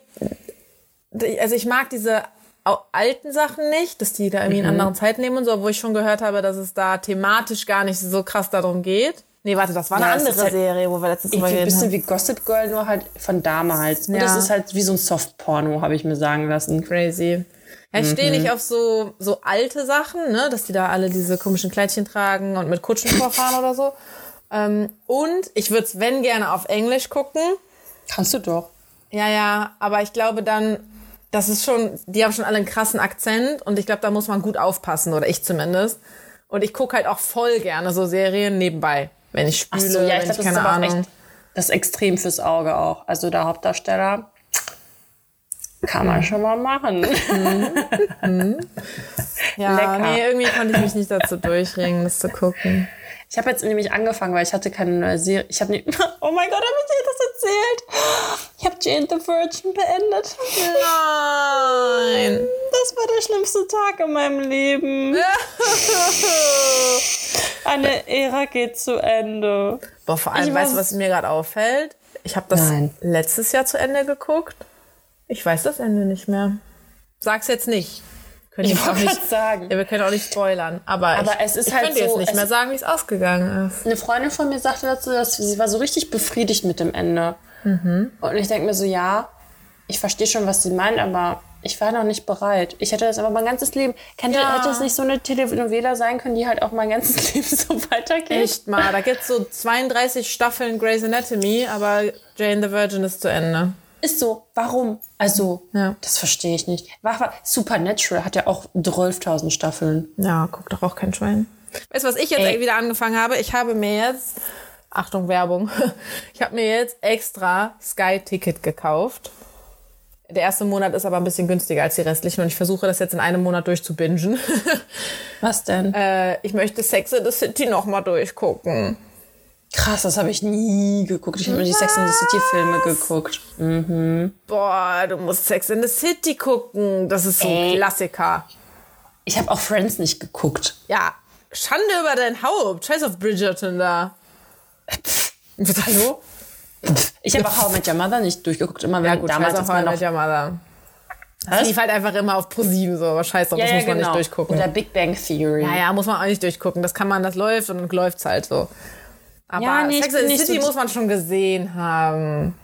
Also ich mag diese... alten Sachen nicht, dass die da irgendwie mhm. in anderen Zeiten nehmen und so, wo ich schon gehört habe, dass es da thematisch gar nicht so krass darum geht. Nee, warte, das war eine ja, andere halt Serie, wo wir letztens drüber geredet haben. Ein bisschen wie Gossip Girl, nur halt von damals. Und ja. das ist halt wie so ein Soft-Porno, habe ich mir sagen lassen. Crazy. Ja, ich mhm. stehe nicht auf so so alte Sachen, ne, dass die da alle diese komischen Kleidchen tragen und mit Kutschen vorfahren oder so. Ähm, und ich würde es, wenn, gerne auf Englisch gucken. Kannst du doch. Ja, ja, aber ich glaube dann... Das ist schon, die haben schon alle einen krassen Akzent und ich glaube, da muss man gut aufpassen, oder ich zumindest. Und ich gucke halt auch voll gerne so Serien nebenbei, wenn ich spüle, so, ja, ich wenn glaub, ich keine das ist Ahnung. Aber echt, das ist extrem fürs Auge auch. Also der Hauptdarsteller kann man schon mal machen. Mhm. Ja, lecker. Nee, irgendwie konnte ich mich nicht dazu durchringen, das zu gucken. Ich habe jetzt nämlich angefangen, weil ich hatte keine neue Serie. Ich habe nie, oh mein Gott, habe ich dir das erzählt? Ich habe Jane the Virgin beendet. Nein. Das war der schlimmste Tag in meinem Leben. Eine Ära geht zu Ende. Boah, vor allem, ich weißt du, was mir gerade auffällt? Ich habe das Nein. letztes Jahr zu Ende geguckt. Ich weiß das Ende nicht mehr. Sag's jetzt nicht. Können ich wollte gerade sagen. Ja, wir können auch nicht spoilern. Aber, aber ich, es ist ich halt könnte so, jetzt nicht mehr sagen, wie es ausgegangen ist. Eine Freundin von mir sagte dazu, dass sie war so richtig befriedigt mit dem Ende. Mhm. Und ich denke mir so, ja, ich verstehe schon, was sie meint, aber ich war noch nicht bereit. Ich hätte das aber mein ganzes Leben... Kennt ja. ihr, hätte es nicht so eine Telenovela sein können, die halt auch mein ganzes Leben so weitergeht? Echt mal. Da gibt es so zweiunddreißig Staffeln Grey's Anatomy, aber Jane the Virgin ist zu Ende. Ist so. Warum? Also, ja. das verstehe ich nicht. Supernatural hat ja auch zwölftausend Staffeln. Ja, guckt doch auch kein Schwein. Weißt du, was ich jetzt Ey. wieder angefangen habe? Ich habe mir jetzt, Achtung, Werbung, ich habe mir jetzt extra Sky-Ticket gekauft. Der erste Monat ist aber ein bisschen günstiger als die restlichen und ich versuche das jetzt in einem Monat durchzubingen. Was denn? Äh, ich möchte Sex in the City nochmal durchgucken. Krass, das habe ich nie geguckt. Ich habe nur die Sex in the City Filme geguckt. Mhm. Boah, du musst Sex in the City gucken. Das ist so ein Ey. Klassiker. Ich habe auch Friends nicht geguckt. Ja, Schande über dein Haupt. Scheiß auf Bridgerton da. Pff. Hallo? Pff. Ich habe auch How I Met Your Mother nicht durchgeguckt. Immer wenn ja, gut, damals How I Met Your Mother. Das lief halt einfach immer auf ProSieben so. Aber scheiß drauf, ja, das ja, muss man genau. nicht durchgucken. Oder Big Bang Theory. Ja, ja, muss man auch nicht durchgucken. Das kann man, das läuft und dann läuft's halt so. Aber ja, nee, Sex in the City so muss man schon gesehen haben.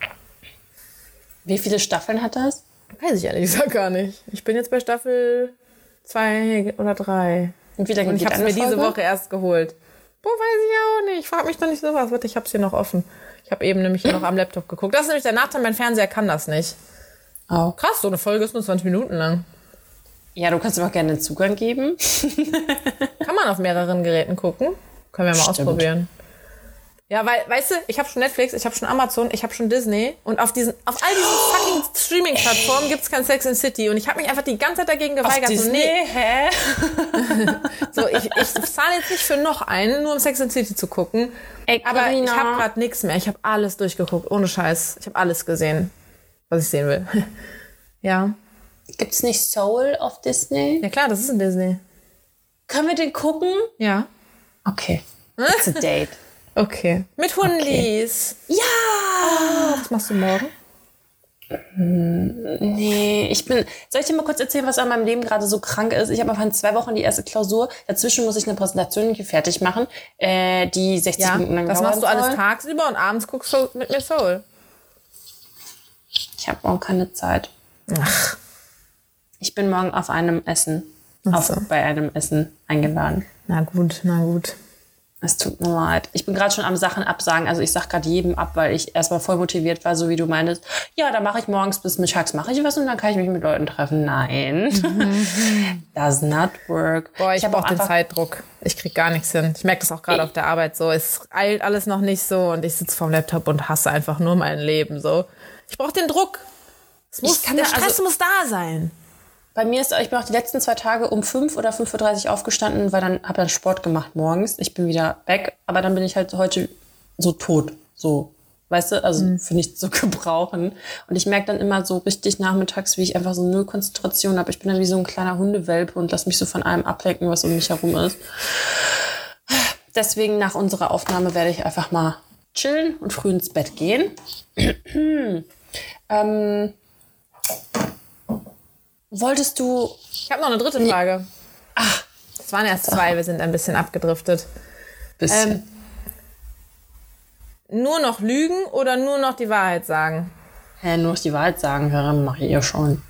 Wie viele Staffeln hat das? Weiß ich ehrlich gesagt gar nicht. Ich bin jetzt bei Staffel zwei oder drei. Und wie lange Und ich geht habe mir diese Woche erst geholt. Boah, weiß ich auch nicht. Frag mich doch nicht sowas. Warte, ich hab's hier noch offen. Ich habe eben nämlich hier noch am Laptop geguckt. Das ist nämlich der Nachteil, mein Fernseher kann das nicht. Oh. Krass, so eine Folge ist nur zwanzig Minuten lang. Ja, du kannst mir auch gerne einen Zugang geben. Kann man auf mehreren Geräten gucken. Können wir mal Stimmt. ausprobieren. Ja, weil, weißt du, ich habe schon Netflix, ich habe schon Amazon, ich habe schon Disney und auf diesen, auf all diesen fucking Streaming-Plattformen gibt's kein Sex in the City und ich habe mich einfach die ganze Zeit dagegen geweigert. Auf Disney? So, nee. Hä? So, ich, ich zahle jetzt nicht für noch einen, nur um Sex in the City zu gucken. Ey, aber ich habe gerade nichts mehr. Ich habe alles durchgeguckt, ohne Scheiß. Ich habe alles gesehen, was ich sehen will. Ja. Gibt's nicht Soul auf Disney? Ja klar, das ist ein Disney. Können wir den gucken? Ja. Okay. It's a date. Okay. Mit Hundis. Okay. Ja! Oh, was machst du morgen? Nee, ich bin... Soll ich dir mal kurz erzählen, was an meinem Leben gerade so krank ist? Ich habe einfach in zwei Wochen die erste Klausur. Dazwischen muss ich eine Präsentation fertig machen, äh, die sechzig ja, Minuten lang das dauern machst du alles soll. tagsüber und abends guckst du mit mir Soul. Ich habe morgen keine Zeit. Ach. Ich bin morgen auf einem Essen, Ach auf, so. bei einem Essen eingeladen. Na gut, na gut. Es tut mir leid. Ich bin gerade schon am Sachen absagen. Also ich sag gerade jedem ab, weil ich erstmal voll motiviert war, so wie du meintest. Ja, da mache ich morgens bis mittags mache ich was und dann kann ich mich mit Leuten treffen. Nein, mhm. Does not work. Boah, ich, ich habe auch den einfach Zeitdruck. Ich krieg gar nichts hin. Ich merke das auch gerade auf der Arbeit so. Es eilt alles noch nicht so und ich sitze vorm Laptop und hasse einfach nur mein Leben so. Ich brauche den Druck. Es muss, ich kann der da, Stress also, muss da sein. Bei mir ist, ich bin auch die letzten zwei Tage um fünf oder fünf Uhr dreißig aufgestanden, weil dann habe dann Sport gemacht morgens. Ich bin wieder weg, aber dann bin ich halt heute so tot, so, weißt du, also mhm. für nichts zu gebrauchen. Und ich merke dann immer so richtig nachmittags, wie ich einfach so null Konzentration habe. Ich bin dann wie so ein kleiner Hundewelpe und lass mich so von allem ablenken, was um mich herum ist. Deswegen nach unserer Aufnahme werde ich einfach mal chillen und früh ins Bett gehen. ähm... Wolltest du... Ich habe noch eine dritte Frage. Ach. Das waren erst zwei, wir sind ein bisschen abgedriftet. Bisschen. Ähm, nur noch lügen oder nur noch die Wahrheit sagen? Hä, nur noch die Wahrheit sagen, Herren, mache ich ja schon.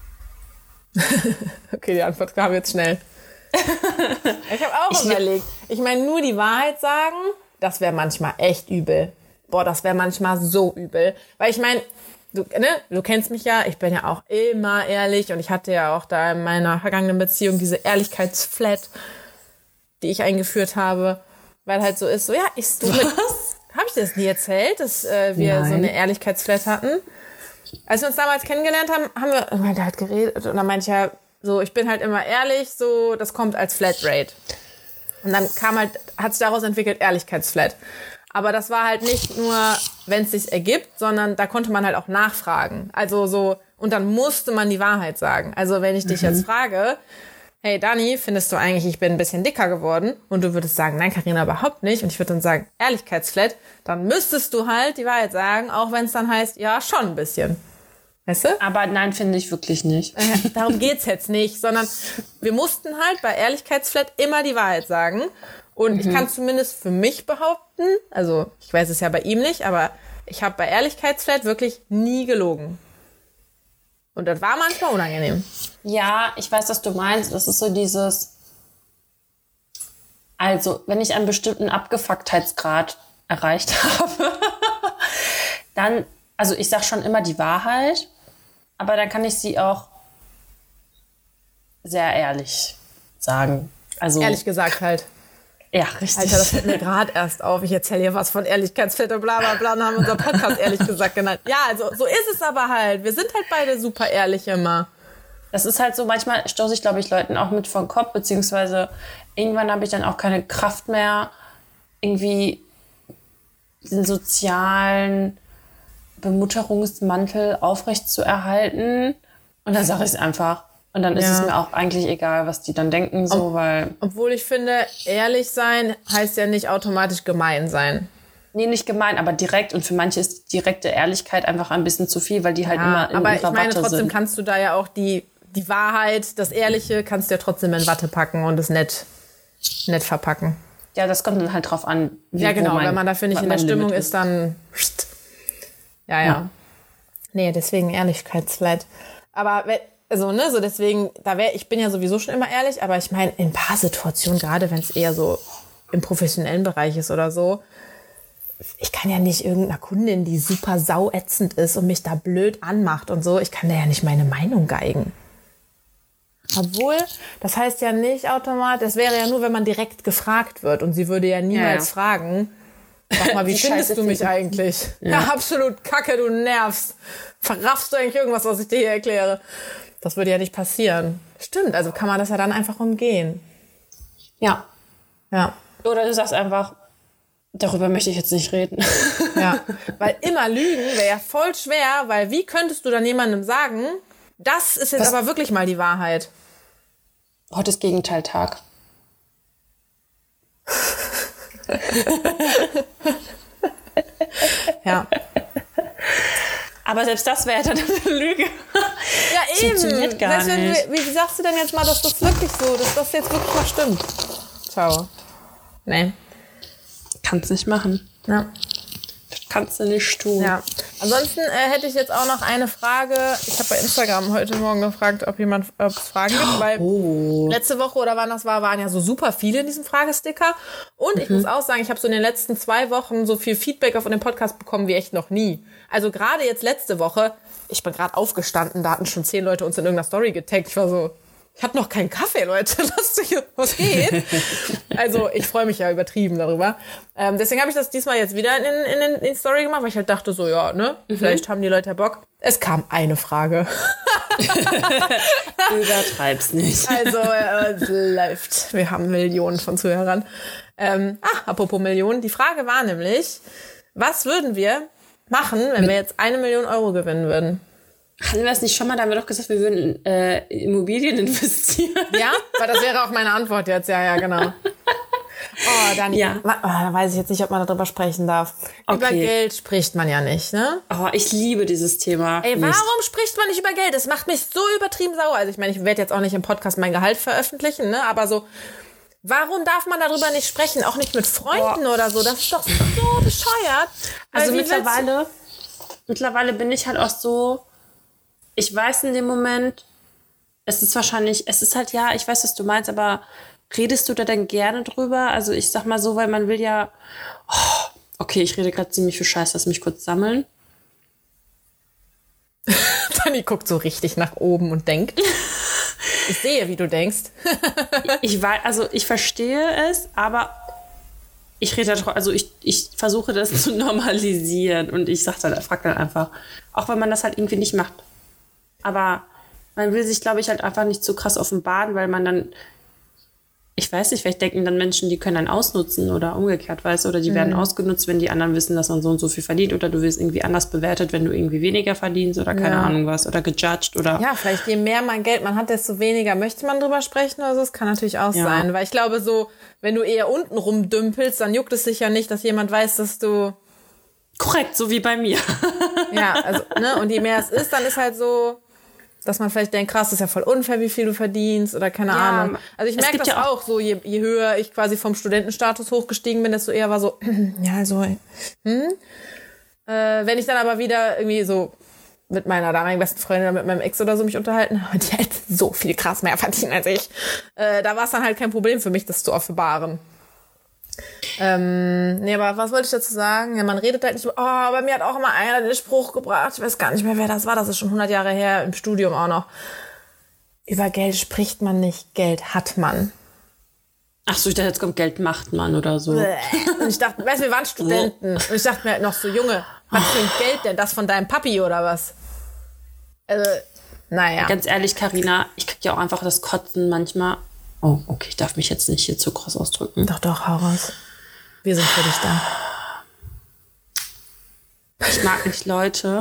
Okay, die Antwort kam jetzt schnell. Ich habe auch ich überlegt. Ich meine, nur die Wahrheit sagen, das wäre manchmal echt übel. Boah, das wäre manchmal so übel. Weil ich meine... Du, ne, du kennst mich ja, ich bin ja auch immer ehrlich und ich hatte ja auch da in meiner vergangenen Beziehung diese Ehrlichkeitsflat, die ich eingeführt habe, weil halt so ist, so ja, ich so mit, habe ich dir das nie erzählt, dass äh, wir Nein. so eine Ehrlichkeitsflat hatten? Als wir uns damals kennengelernt haben, haben wir irgendwann halt geredet und dann meinte ich ja so, ich bin halt immer ehrlich, so, das kommt als Flatrate. Und dann kam halt, hat sich daraus entwickelt Ehrlichkeitsflat. Aber das war halt nicht nur, wenn es sich ergibt, sondern da konnte man halt auch nachfragen. Also so, und dann musste man die Wahrheit sagen. Also wenn ich dich mhm. jetzt frage, hey Dani, findest du eigentlich, ich bin ein bisschen dicker geworden? Und du würdest sagen, nein, Carina, überhaupt nicht. Und ich würde dann sagen, Ehrlichkeitsflat, dann müsstest du halt die Wahrheit sagen, auch wenn es dann heißt, ja, schon ein bisschen. Weißt du? Aber nein, finde ich wirklich nicht. Äh, darum geht's jetzt nicht, sondern wir mussten halt bei Ehrlichkeitsflat immer die Wahrheit sagen. Und mhm. ich kann zumindest für mich behaupten, also ich weiß es ja bei ihm nicht, aber ich habe bei Ehrlichkeitsflat wirklich nie gelogen. Und das war manchmal unangenehm. Ja, ich weiß, was du meinst. Das ist so dieses, also wenn ich einen bestimmten Abgefucktheitsgrad erreicht habe, dann, also ich sage schon immer die Wahrheit, aber dann kann ich sie auch sehr ehrlich sagen. Also ehrlich gesagt halt. Ja, richtig. Alter, das fällt mir gerade erst auf. Ich erzähle hier was von Ehrlichkeitsflat und bla bla bla und haben unser Podcast ehrlich gesagt genannt. Ja, also so ist es aber halt. Wir sind halt beide super ehrlich immer. Das ist halt so, manchmal stoße ich, glaube ich, Leuten auch mit vom Kopf, beziehungsweise irgendwann habe ich dann auch keine Kraft mehr, irgendwie den sozialen Bemutterungsmantel aufrecht zu erhalten. Und dann sage ich es einfach. Und dann ist ja. es mir auch eigentlich egal, was die dann denken, so, Ob, weil... Obwohl ich finde, ehrlich sein heißt ja nicht automatisch gemein sein. Nee, nicht gemein, aber direkt. Und für manche ist direkte Ehrlichkeit einfach ein bisschen zu viel, weil die halt ja, immer in aber ihrer ich meine, Watte trotzdem sind. kannst du da ja auch die, die Wahrheit, das Ehrliche, kannst du ja trotzdem in Watte packen und es nett, nett verpacken. Ja, das kommt dann halt drauf an, wie Ja, genau, mein, wenn man dafür nicht in der Stimmung ist, ist, dann... Ja, ja, ja. Nee, deswegen Ehrlichkeitsflat. Aber... Also, ne, so deswegen, da wär, ich bin ja sowieso schon immer ehrlich, aber ich meine, in ein paar Situationen, gerade wenn es eher so im professionellen Bereich ist oder so, ich kann ja nicht irgendeiner Kundin, die super sauätzend ist und mich da blöd anmacht und so, ich kann da ja nicht meine Meinung geigen. Obwohl, das heißt ja nicht automatisch, das wäre ja nur, wenn man direkt gefragt wird und sie würde ja niemals ja. fragen, sag mal, wie findest du mich eigentlich? Ja. ja, absolut kacke, du nervst. Verraffst du eigentlich irgendwas, was ich dir hier erkläre? Das würde ja nicht passieren. Stimmt, also kann man das ja dann einfach umgehen. Ja. Ja. Oder du sagst einfach, darüber möchte ich jetzt nicht reden. Ja, weil immer lügen wäre ja voll schwer, weil wie könntest du dann jemandem sagen, das ist jetzt das aber wirklich mal die Wahrheit? Heute ist Gegenteiltag. Ja. Aber selbst das wäre dann eine Lüge. Ja, eben. Funktioniert gar Selbst wenn nicht. du, wie sagst du denn jetzt mal, dass das wirklich so, dass das jetzt wirklich mal stimmt? Ciao. Nee. Kannst nicht machen. Ja. Kannst du nicht tun. Ja. Ansonsten äh, hätte ich jetzt auch noch eine Frage. Ich habe bei Instagram heute Morgen gefragt, ob jemand ob es Fragen gibt, weil Oh. letzte Woche oder wann das war, waren ja so super viele in diesem Fragesticker. Und ich muss auch sagen, ich habe so in den letzten zwei Wochen so viel Feedback auf den Podcast bekommen wie echt noch nie. Also gerade jetzt letzte Woche, ich bin gerade aufgestanden, da hatten schon zehn Leute uns in irgendeiner Story getaggt. Ich war so, ich hatte noch keinen Kaffee, Leute. Lasst euch, was geht? Also ich freue mich ja übertrieben darüber. Ähm, deswegen habe ich das diesmal jetzt wieder in, in, in, in die Story gemacht, weil ich halt dachte so, ja, ne, mhm. vielleicht haben die Leute ja Bock. Es kam eine Frage. Übertreib's nicht. Also äh, es läuft. Wir haben Millionen von Zuhörern. Ähm, ah, apropos Millionen. Die Frage war nämlich, was würden wir machen, wenn wir jetzt eine Million Euro gewinnen würden? Hatten wir das nicht schon mal? Da haben wir doch gesagt, wir würden in äh, Immobilien investieren. Ja, weil das wäre auch meine Antwort jetzt. Ja, ja, genau. Oh, dann, ja. oh, dann weiß ich jetzt nicht, ob man darüber sprechen darf. Okay. Über Geld spricht man ja nicht, ne? Oh, ich liebe dieses Thema. Ey, warum nicht. spricht man nicht über Geld? Das macht mich so übertrieben sauer. Also ich meine, ich werde jetzt auch nicht im Podcast mein Gehalt veröffentlichen, ne? Aber so, warum darf man darüber nicht sprechen? Auch nicht mit Freunden oh. oder so. Das ist doch so bescheuert. Also, also mittlerweile, mittlerweile bin ich halt auch so, ich weiß in dem Moment, es ist wahrscheinlich, es ist halt, ja, ich weiß, was du meinst, aber redest du da denn gerne drüber? Also ich sag mal so, weil man will ja, oh, okay, ich rede gerade ziemlich viel Scheiß, lass mich kurz sammeln. Dani guckt so richtig nach oben und denkt. Ich sehe, wie du denkst. ich weiß, also ich verstehe es, aber ich rede da, also ich, ich versuche das zu normalisieren und ich sag dann, frag dann einfach, auch wenn man das halt irgendwie nicht macht. Aber man will sich, glaube ich, halt einfach nicht so krass offenbaren, weil man dann, ich weiß nicht, vielleicht denken dann Menschen, die können einen ausnutzen oder umgekehrt, weißt du, oder die mhm. werden ausgenutzt, wenn die anderen wissen, dass man so und so viel verdient oder du wirst irgendwie anders bewertet, wenn du irgendwie weniger verdienst oder keine ja. Ahnung was oder gejudged oder... Ja, vielleicht je mehr man Geld man hat, desto weniger möchte man drüber sprechen oder so, das kann natürlich auch ja. sein, weil ich glaube so, wenn du eher unten rumdümpelst, dann juckt es sich ja nicht, dass jemand weiß, dass du... Korrekt, so wie bei mir. Ja, also, ne, und je mehr es ist, dann ist halt so... dass man vielleicht denkt, krass, das ist ja voll unfair, wie viel du verdienst oder keine ja, Ahnung. Also ich merke das ja auch so, je, je höher ich quasi vom Studentenstatus hochgestiegen bin, desto eher war so, ja, also, hm. Äh, wenn ich dann aber wieder irgendwie so mit meiner damaligen besten Freundin oder mit meinem Ex oder so mich unterhalten habe, die halt so viel krass mehr verdienen als ich, äh, da war es dann halt kein Problem für mich, das zu offenbaren. Ähm, nee, aber was wollte ich dazu sagen? Ja, man redet halt nicht über, oh, bei mir hat auch immer einer den Spruch gebracht, ich weiß gar nicht mehr, wer das war, das ist schon hundert Jahre her, im Studium auch noch. Über Geld spricht man nicht, Geld hat man. Ach so, ich dachte, jetzt kommt Geld macht man oder so. Und ich dachte, weißt du, wir waren Studenten. Und ich dachte mir halt noch so, Junge, was für ein Geld denn? Das von deinem Papi oder was? Also, naja. Ganz ehrlich, Carina, ich krieg ja auch einfach das Kotzen manchmal. Oh, okay, ich darf mich jetzt nicht hier zu krass ausdrücken. Doch, doch, hau raus. Wir sind für dich da. Ich mag nicht Leute,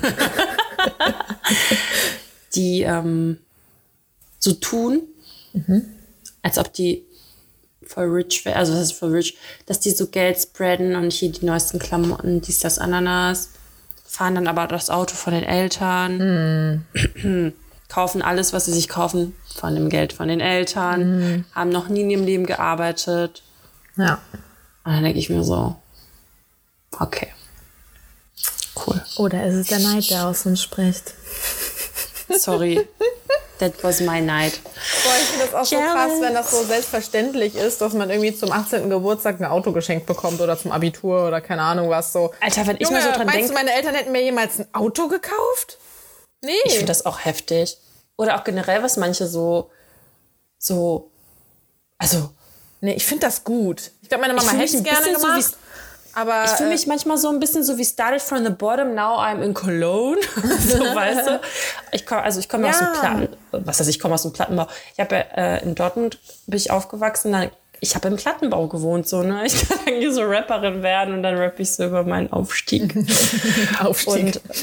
die ähm, so tun, mhm. als ob die voll rich wären, also das ist voll rich, dass die so Geld spreaden und hier die neuesten Klamotten, dies, das, Ananas, fahren dann aber das Auto von den Eltern, mhm. kaufen alles, was sie sich kaufen, von dem Geld von den Eltern, mhm. haben noch nie in ihrem Leben gearbeitet. Ja. Und dann denke ich mir so, okay, cool. Oder ist es der Neid, der aus uns spricht? Sorry, that was my night. Boah, ich finde das auch so krass, wenn das so selbstverständlich ist, dass man irgendwie zum achtzehnten Geburtstag ein Auto geschenkt bekommt oder zum Abitur oder keine Ahnung was so. Alter, wenn ich Junge, mal so dran denke... Meinst du, meine Eltern hätten mir jemals ein Auto gekauft? Nee. Ich finde das auch heftig. Oder auch generell, was manche so, so, also... Nee, ich finde das gut. Ich glaube, meine Mama hätte es gerne gemacht. So aber ich fühle äh, mich manchmal so ein bisschen so wie started from the bottom, now I'm in Cologne. So, weißt du? Ich komm, also ich komme ja. aus dem Platten... Was heißt, ich komme aus dem Plattenbau. Ich habe ja, äh, in Dortmund bin ich aufgewachsen, dann, ich habe im Plattenbau gewohnt, so, ne? Ich kann irgendwie so Rapperin werden und dann rappe ich so über meinen Aufstieg. Aufstieg. Und,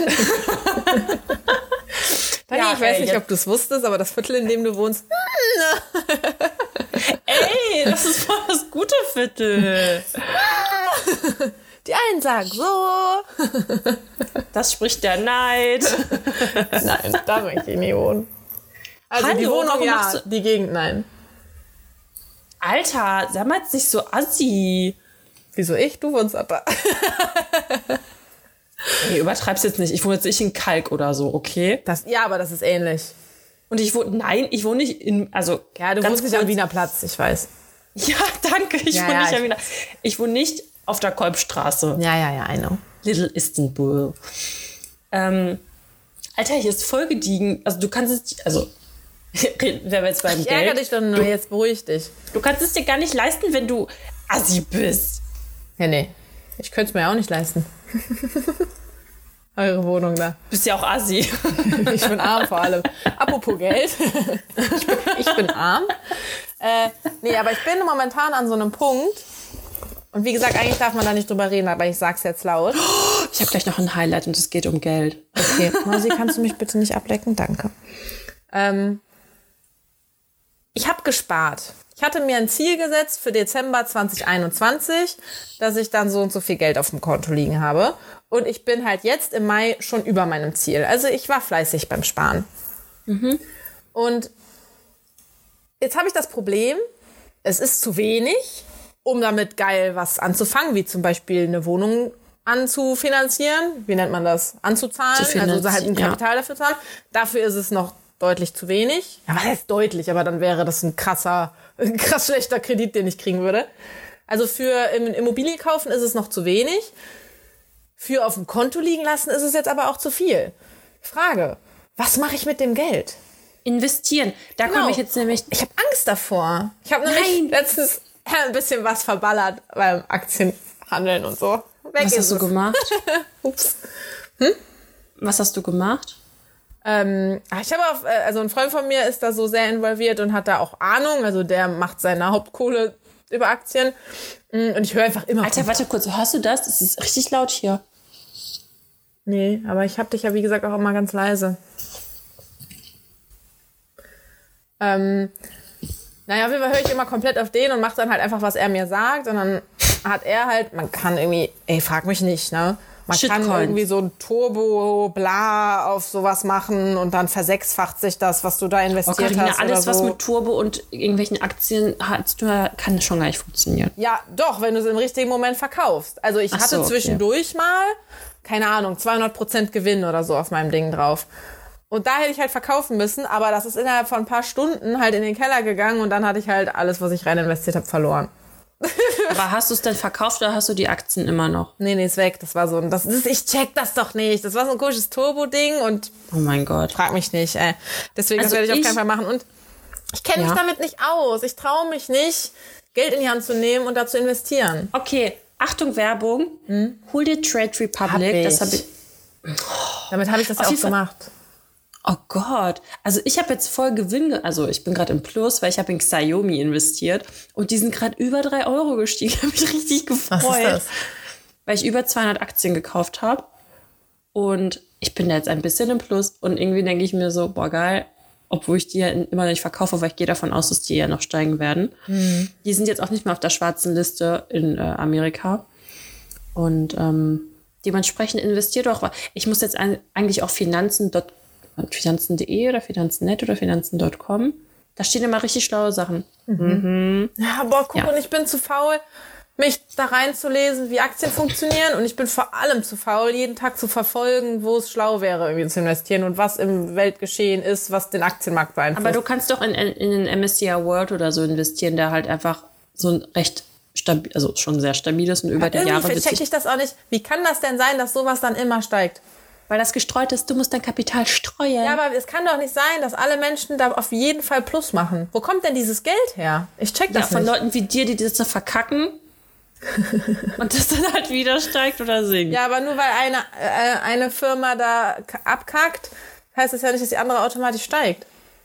Dani, ja, ich weiß ey, nicht, ob du es wusstest, aber das Viertel, in dem du wohnst... Ey, das ist voll das gute Viertel. Nein, sag so. Das spricht der Neid. Nein, da möchte ich nicht wohnen. Also Hallo, die Wohnung, ja, machst du- die Gegend, nein. Alter, sag mal jetzt nicht so assi. Wieso ich? Du wohnst aber. Nee, übertreib's jetzt nicht. Ich wohne jetzt nicht in Kalk oder so, okay? Das, ja, aber das ist ähnlich. Und ich wohne, nein, ich wohne nicht in, also. Ja, du ganz wohnst nicht am kurz- Wiener Platz, ich weiß. Ja, danke, ich Ja, wohne ja, nicht ich- am Wiener. Ich wohne nicht auf der Kolbstraße. Ja, ja, ja, I know. Little Istanbul. Ähm, Alter, hier ist voll gediegen. Also du kannst es, also, wer wir jetzt beim Ich ärgere Geld. dich doch nur, jetzt beruhig dich. Du kannst es dir gar nicht leisten, wenn du assi bist. Ja, nee. Ich könnte es mir auch nicht leisten. Eure Wohnung da. Bist ja auch assi. Ich bin arm vor allem. Apropos Geld. Ich bin, ich bin arm. Äh, nee, aber ich bin momentan an so einem Punkt. Und wie gesagt, eigentlich darf man da nicht drüber reden, aber ich sag's jetzt laut. Ich habe gleich noch ein Highlight und es geht um Geld. Okay, Mausi, kannst du mich bitte nicht ablecken? Danke. Ähm, ich habe gespart. Ich hatte mir ein Ziel gesetzt für Dezember zwanzig einundzwanzig, dass ich dann so und so viel Geld auf dem Konto liegen habe. Und ich bin halt jetzt im Mai schon über meinem Ziel. Also ich war fleißig beim Sparen. Mhm. Und jetzt habe ich das Problem, es ist zu wenig, um damit geil was anzufangen, wie zum Beispiel eine Wohnung anzufinanzieren. Wie nennt man das? Anzuzahlen. Zu Also so halt ein finanzieren, ja. Kapital dafür zahlen. Dafür ist es noch deutlich zu wenig. Ja, was heißt deutlich? Aber dann wäre das ein krasser, ein krass schlechter Kredit, den ich kriegen würde. Also für im Immobilie kaufen ist es noch zu wenig. Für auf dem Konto liegen lassen ist es jetzt aber auch zu viel. Frage, was mache ich mit dem Geld? Investieren. Da Genau. komme ich jetzt nämlich. Ich habe Angst davor. Ich habe nämlich Nein. letztens ein bisschen was verballert beim Aktienhandeln und so. Weg Was ist hast du es. gemacht? Ups. Was hast du gemacht? Ähm, ich habe auf, äh, also ein Freund von mir ist da so sehr involviert und hat da auch Ahnung. Also der macht seine Hauptkohle über Aktien. Und ich höre einfach immer. Alter, warte kurz. Hörst du das? Das ist richtig laut hier. Nee, aber ich habe dich ja wie gesagt auch immer ganz leise. Ähm, naja, auf jeden Fall höre ich immer komplett auf den und mache dann halt einfach, was er mir sagt. Und dann hat er halt, man kann irgendwie, ey, frag mich nicht, ne? Man Shitcoins. kann irgendwie so ein Turbo-Bla auf sowas machen und dann versechsfacht sich das, was du da Oh, investiert Carina, hast alles, oder so. was mit Turbo und irgendwelchen Aktien hat, kann schon gar nicht funktionieren. Ja, doch, wenn du es im richtigen Moment verkaufst. Also ich Ach hatte so, okay. zwischendurch mal, keine Ahnung, zweihundert Prozent Gewinn oder so auf meinem Ding drauf. Und da hätte ich halt verkaufen müssen, aber das ist innerhalb von ein paar Stunden halt in den Keller gegangen und dann hatte ich halt alles, was ich rein investiert habe, verloren. Aber hast du es denn verkauft oder hast du die Aktien immer noch? Nee, nee, ist weg. Das war so ein, das ist, ich check das doch nicht. Das war so ein komisches Turbo-Ding und Oh mein Gott. frag mich nicht, ey. Deswegen, Also das werde ich auf ich- keinen Fall machen. Und ich kenne mich Ja. damit nicht aus. Ich traue mich nicht, Geld in die Hand zu nehmen und da zu investieren. Okay, Achtung, Werbung. Hol dir Trade Republic. Hab Das ich. habe ich. Damit habe ich das ja Auf auch jeden Fall- gemacht. Oh Gott. Also ich habe jetzt voll Gewinn. ge- Also ich bin gerade im Plus, weil ich habe in Xiaomi investiert. Und die sind gerade über drei Euro gestiegen. Ich habe mich richtig gefreut. Was ist das? Weil ich über zweihundert Aktien gekauft habe. Und ich bin da jetzt ein bisschen im Plus. Und irgendwie denke ich mir so, boah, geil. Obwohl ich die ja immer nicht verkaufe, weil ich gehe davon aus, dass die ja noch steigen werden. Mhm. Die sind jetzt auch nicht mehr auf der schwarzen Liste in äh, Amerika. Und ähm, dementsprechend investiert doch. Ich muss jetzt ein, eigentlich auch Finanzen. Finanzen punkt de oder Finanzen punkt net oder Finanzen punkt com. Da stehen immer richtig schlaue Sachen. Ja, boah, guck, Ja. und ich bin zu faul, mich da reinzulesen, wie Aktien funktionieren. Und ich bin vor allem zu faul, jeden Tag zu verfolgen, wo es schlau wäre, irgendwie zu investieren und was im Weltgeschehen ist, was den Aktienmarkt beeinflusst. Aber du kannst doch in, in, in den M S C I World oder so investieren, der halt einfach so ein recht stabil, also schon sehr stabil ist und über die Jahre Irgendwie wird check sich, ich das auch nicht. Wie kann das denn sein, dass sowas dann immer steigt? weil das gestreut ist, du musst dein Kapital streuen. Ja, aber es kann doch nicht sein, dass alle Menschen da auf jeden Fall Plus machen. Wo kommt denn dieses Geld her? Ich check Ja, das von nicht. Leuten wie dir, die das da verkacken und das dann halt wieder steigt oder sinkt. Ja, aber nur weil eine, äh, eine Firma da k- abkackt, heißt das ja nicht, dass die andere automatisch steigt.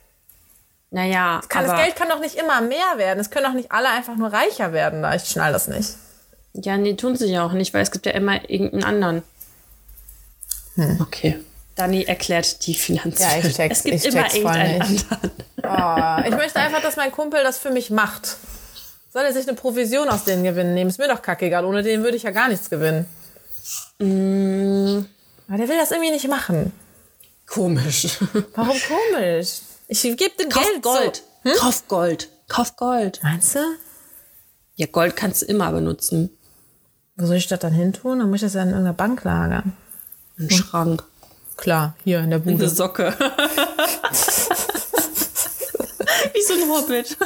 Naja, Kann, aber das Geld kann doch nicht immer mehr werden. Es können doch nicht alle einfach nur reicher werden da. Ich schnall das nicht. ja, nee, tun sie ja auch nicht, weil es gibt ja immer irgendeinen anderen. Hm. Okay. Dani erklärt die Finanzen. Ja, ich check's- Es gibt ich immer check's voll irgendeinen nicht. anderen. Oh, ich möchte einfach, dass mein Kumpel das für mich macht. Soll er sich eine Provision aus den Gewinnen nehmen? Ist mir doch kackegal. Ohne den würde ich ja gar nichts gewinnen. Mm. Aber der will das irgendwie nicht machen. Komisch. Warum komisch? Ich gebe dem Kauf Geld Gold. So. Hm? Kauf Gold. Kauf Gold. Meinst du? Ja, Gold kannst du immer benutzen. Wo soll ich das dann hin tun? Dann muss ich das ja in irgendeiner Bank lagern. Im hm. Schrank. Klar, hier in der Bude. In der Socke. Wie so ein Hobbit.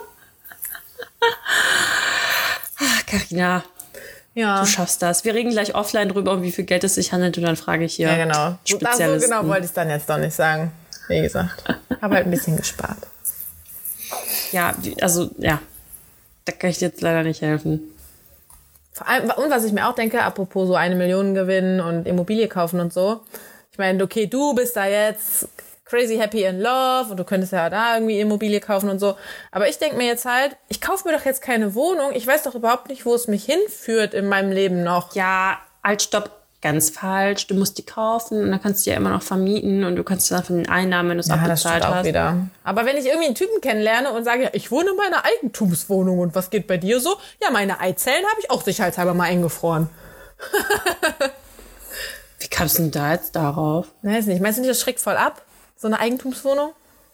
Carina, ja. Du schaffst das. Wir reden gleich offline drüber, um wie viel Geld es sich handelt und dann frage ich hier Ja, genau. Spezialisten. So genau wollte ich es dann jetzt doch nicht sagen. Wie gesagt, ich habe halt ein bisschen gespart. Ja, also ja, da kann ich dir jetzt leider nicht helfen. Vor allem, und was ich mir auch denke, apropos so eine Million gewinnen und Immobilie kaufen und so. Ich meine, okay, du bist da jetzt crazy happy in love und du könntest ja da irgendwie Immobilie kaufen und so. Aber ich denke mir jetzt halt, ich kaufe mir doch jetzt keine Wohnung. Ich weiß doch überhaupt nicht, wo es mich hinführt in meinem Leben noch. Ja, halt, stopp. Ganz falsch. Du musst die kaufen und dann kannst du ja immer noch vermieten und du kannst dann von den Einnahmen, wenn du es ja, abbezahlt das hast. Auch wieder. Aber wenn ich irgendwie einen Typen kennenlerne und sage, ja, ich wohne in meiner Eigentumswohnung und was geht bei dir so? Ja, meine Eizellen habe ich auch sicherheitshalber mal eingefroren. Wie kamst du denn da jetzt darauf? Weiß nicht. Meinst du nicht, das schreckt voll ab? So eine Eigentumswohnung?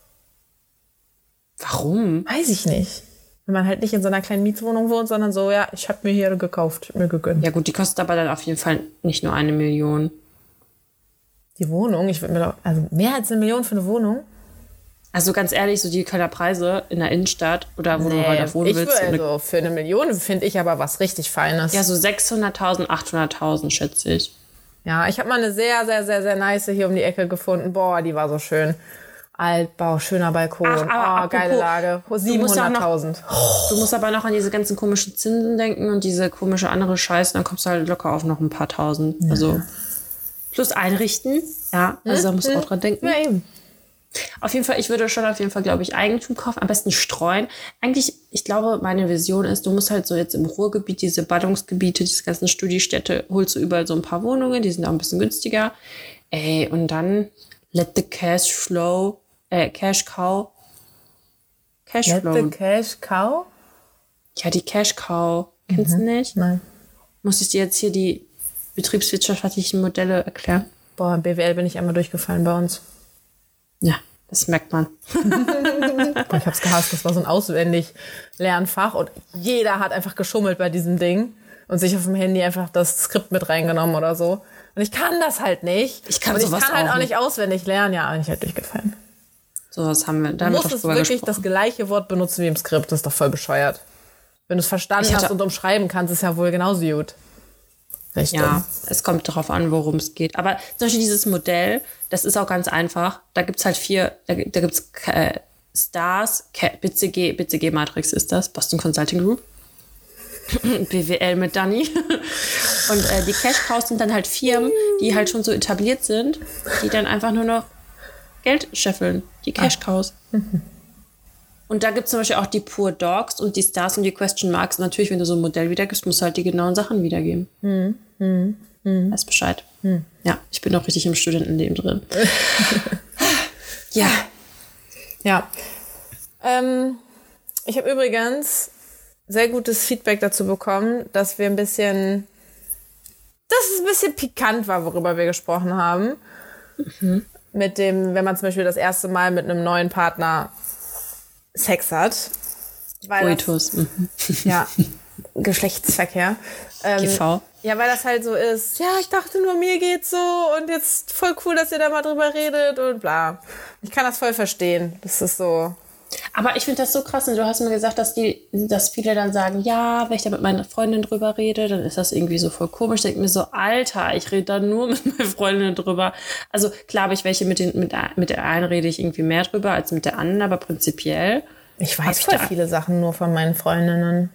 Warum? Weiß ich nicht. Wenn man halt nicht in so einer kleinen Mietswohnung wohnt, sondern so, ja, ich habe mir hier gekauft, mir gegönnt. Ja gut, die kostet aber dann auf jeden Fall nicht nur eine Million. Die Wohnung? Ich würde mir doch, also mehr als eine Million für eine Wohnung? Also ganz ehrlich, so die Kölner Preise in der Innenstadt oder wo nee, du halt wohnen ich willst. Ich würde also für eine Million finde ich aber was richtig Feines. Ja, so sechshunderttausend, achthunderttausend schätze ich. Ja, ich habe mal eine sehr, sehr, sehr, sehr nice hier um die Ecke gefunden. Boah, die war so schön. Altbau, schöner Balkon. Ach, aber oh, geile Lage. siebenhunderttausend. Du musst aber noch an diese ganzen komischen Zinsen denken und diese komische andere Scheiße. Dann kommst du halt locker auf noch ein paar Tausend. Ja. Also plus einrichten. Ja, also hm? da musst du auch dran denken. Ja, eben. Auf jeden Fall, ich würde schon auf jeden Fall, glaube ich, Eigentum kaufen. Am besten streuen. Eigentlich, ich glaube, meine Vision ist, du musst halt so jetzt im Ruhrgebiet, diese Ballungsgebiete, diese ganzen Studiestädte, holst du überall so ein paar Wohnungen. Die sind auch ein bisschen günstiger. Ey, und dann let the cash flow. Äh, Cash Cow. Cashflow. Let the Cash Cow? Ja, die Cash Cow. Kennst mhm. du nicht? Nein. Muss ich dir jetzt hier die betriebswirtschaftlichen Modelle erklären? Boah, im B W L bin ich einmal durchgefallen bei uns. Ja, das merkt man. Boah, ich hab's gehasst. Das war so ein Auswendig-Lernfach und jeder hat einfach geschummelt bei diesem Ding und sich auf dem Handy einfach das Skript mit reingenommen oder so. Und ich kann das halt nicht. Ich kann und sowas ich kann halt auch auch nicht. nicht auswendig lernen. Ja, bin ich halt durchgefallen. So was haben wir. Da du haben musst wir wirklich gesprochen. das gleiche Wort benutzen wie im Skript. Das ist doch voll bescheuert. Wenn du es verstanden hast und umschreiben kannst, ist ja wohl genauso gut. Richtig. Ja, es kommt darauf an, worum es geht. Aber zum Beispiel dieses Modell, das ist auch ganz einfach. Da gibt's halt vier, da, da gibt's äh, Stars, B C G, B C G Matrix ist das, Boston Consulting Group. B W L mit Dani. Und äh, die Cash Cows sind dann halt Firmen, die halt schon so etabliert sind, die dann einfach nur noch Geld scheffeln. Die Cash Cows. Ah. Und da gibt es zum Beispiel auch die Pure Dogs und die Stars und die Question Marks. Und natürlich, wenn du so ein Modell wiedergibst, musst du halt die genauen Sachen wiedergeben. Hm, hm, hm. Weißt Bescheid. Hm. Ja, ich bin auch richtig im Studentenleben drin. Ja. Ja. Ähm, ich habe übrigens sehr gutes Feedback dazu bekommen, dass wir ein bisschen, dass es ein bisschen pikant war, worüber wir gesprochen haben. Mhm. Mit dem, wenn man zum Beispiel das erste Mal mit einem neuen Partner Sex hat. Coitus. Mhm. Ja, Geschlechtsverkehr. Ähm, G V. Ja, weil das halt so ist, ja, ich dachte nur, mir geht's so und jetzt voll cool, dass ihr da mal drüber redet und bla. Ich kann das voll verstehen. Das ist so. Aber ich finde das so krass. Und du hast mir gesagt, dass die, dass viele dann sagen, ja, wenn ich da mit meiner Freundin drüber rede, dann ist das irgendwie so voll komisch. Ich denke mir so, Alter, ich rede da nur mit meiner Freundin drüber. Also klar habe ich welche, mit, den, mit, mit der einen rede ich irgendwie mehr drüber als mit der anderen, aber prinzipiell. Ich weiß voll viele Sachen nur von meinen Freundinnen.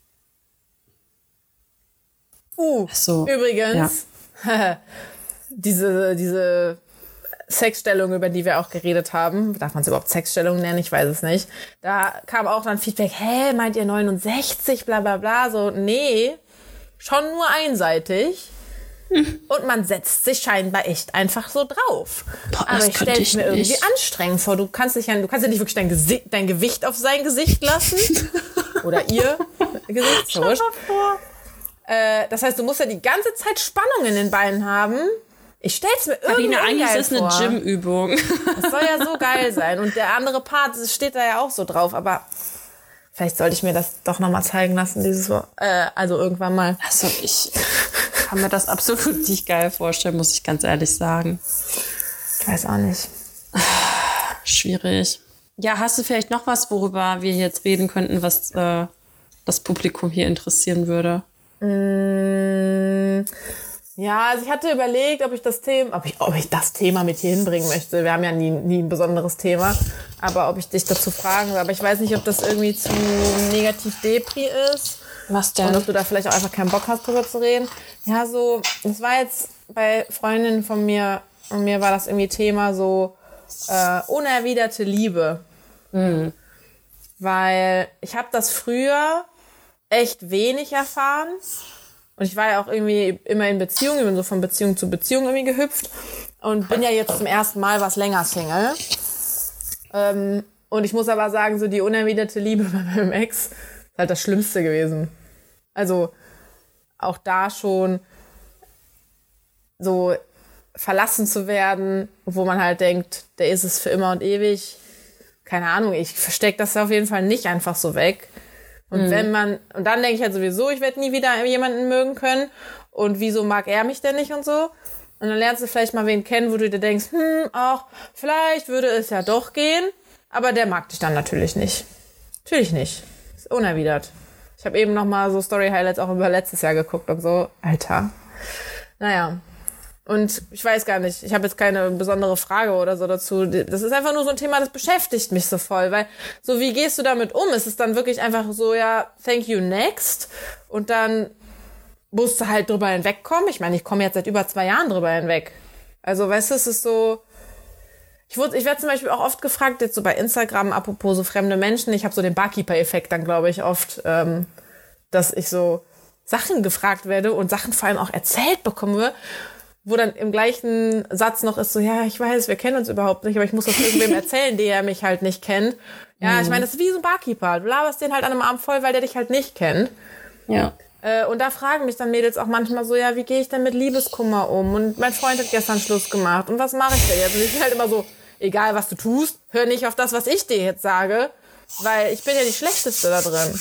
Uh, so, übrigens, ja. diese, diese Sexstellung, über die wir auch geredet haben, darf man es überhaupt Sexstellung nennen? Ich weiß es nicht. Da kam auch dann Feedback, hä, meint ihr neunundsechzig, bla bla bla, so, nee, schon nur einseitig. Hm. Und man setzt sich scheinbar echt einfach so drauf. Boah, aber ich stelle es mir irgendwie nicht. anstrengend vor. Du kannst dich ja, du kannst ja nicht wirklich dein, Gesi- dein Gewicht auf sein Gesicht lassen. Oder ihr Gesicht. So. Äh, das heißt, du musst ja die ganze Zeit Spannung in den Beinen haben. Ich stell's mir irgendwie Carina, eigentlich geil ist das vor. eine Gym-Übung. Das soll ja so geil sein. Und der andere Part steht da ja auch so drauf. Aber vielleicht sollte ich mir das doch nochmal zeigen lassen, dieses Mal. Äh, also irgendwann mal. Also ich kann mir das absolut nicht geil vorstellen, muss ich ganz ehrlich sagen. Ich weiß auch nicht. Schwierig. Ja, hast du vielleicht noch was, worüber wir jetzt reden könnten, was äh, das Publikum hier interessieren würde? Mmh. Ja, also ich hatte überlegt, ob ich das Thema, ob ich, ob ich das Thema mit hier hinbringen möchte. Wir haben ja nie, nie ein besonderes Thema, aber ob ich dich dazu fragen will. Aber ich weiß nicht, ob das irgendwie zu negativ Depri ist. Was denn? Und ob du da vielleicht auch einfach keinen Bock hast, drüber zu reden. Ja, so, das war jetzt bei Freundinnen von mir, und mir war das irgendwie Thema so äh, unerwiderte Liebe. Mhm. Weil ich habe das früher echt wenig erfahren. Und ich war ja auch irgendwie immer in Beziehung, ich bin so von Beziehung zu Beziehung irgendwie gehüpft und bin ja jetzt zum ersten Mal was länger Single. Ähm, und ich muss aber sagen, so die unerwiderte Liebe bei meinem Ex ist halt das Schlimmste gewesen. Also auch da schon so verlassen zu werden, wo man halt denkt, der ist es für immer und ewig. Keine Ahnung, ich verstecke das auf jeden Fall nicht einfach so weg. Und mhm. wenn man, und dann denke ich halt sowieso, ich werde nie wieder jemanden mögen können. Und wieso mag er mich denn nicht und so? Und dann lernst du vielleicht mal wen kennen, wo du dir denkst, hm, auch, vielleicht würde es ja doch gehen. Aber der mag dich dann natürlich nicht. Natürlich nicht. Ist unerwidert. Ich habe eben noch mal so Story-Highlights auch über letztes Jahr geguckt und so. Alter. Naja. Und ich weiß gar nicht, ich habe jetzt keine besondere Frage oder so dazu. Das ist einfach nur so ein Thema, das beschäftigt mich so voll. Weil so, wie gehst du damit um? Ist es dann wirklich einfach so, ja, thank you, next? Und dann musst du halt drüber hinwegkommen. Ich meine, ich komme jetzt seit über zwei Jahren drüber hinweg. Also, weißt du, es ist so... Ich wurde, ich werde zum Beispiel auch oft gefragt, jetzt so bei Instagram, apropos so fremde Menschen. Ich habe so den Barkeeper-Effekt dann, glaube ich, oft, ähm, dass ich so Sachen gefragt werde und Sachen vor allem auch erzählt bekomme, wo dann im gleichen Satz noch ist so, ja, ich weiß, wir kennen uns überhaupt nicht, aber ich muss das irgendwem erzählen, der mich halt nicht kennt. Ja, mhm. Ich meine, das ist wie so ein Barkeeper. Du laberst den halt an einem Abend voll, weil der dich halt nicht kennt. Ja. Äh, und da fragen mich dann Mädels auch manchmal so, ja, wie gehe ich denn mit Liebeskummer um? Und mein Freund hat gestern Schluss gemacht. Und was mache ich denn jetzt? Und ich bin halt immer so, egal was du tust, hör nicht auf das, was ich dir jetzt sage, weil ich bin ja die Schlechteste da drin.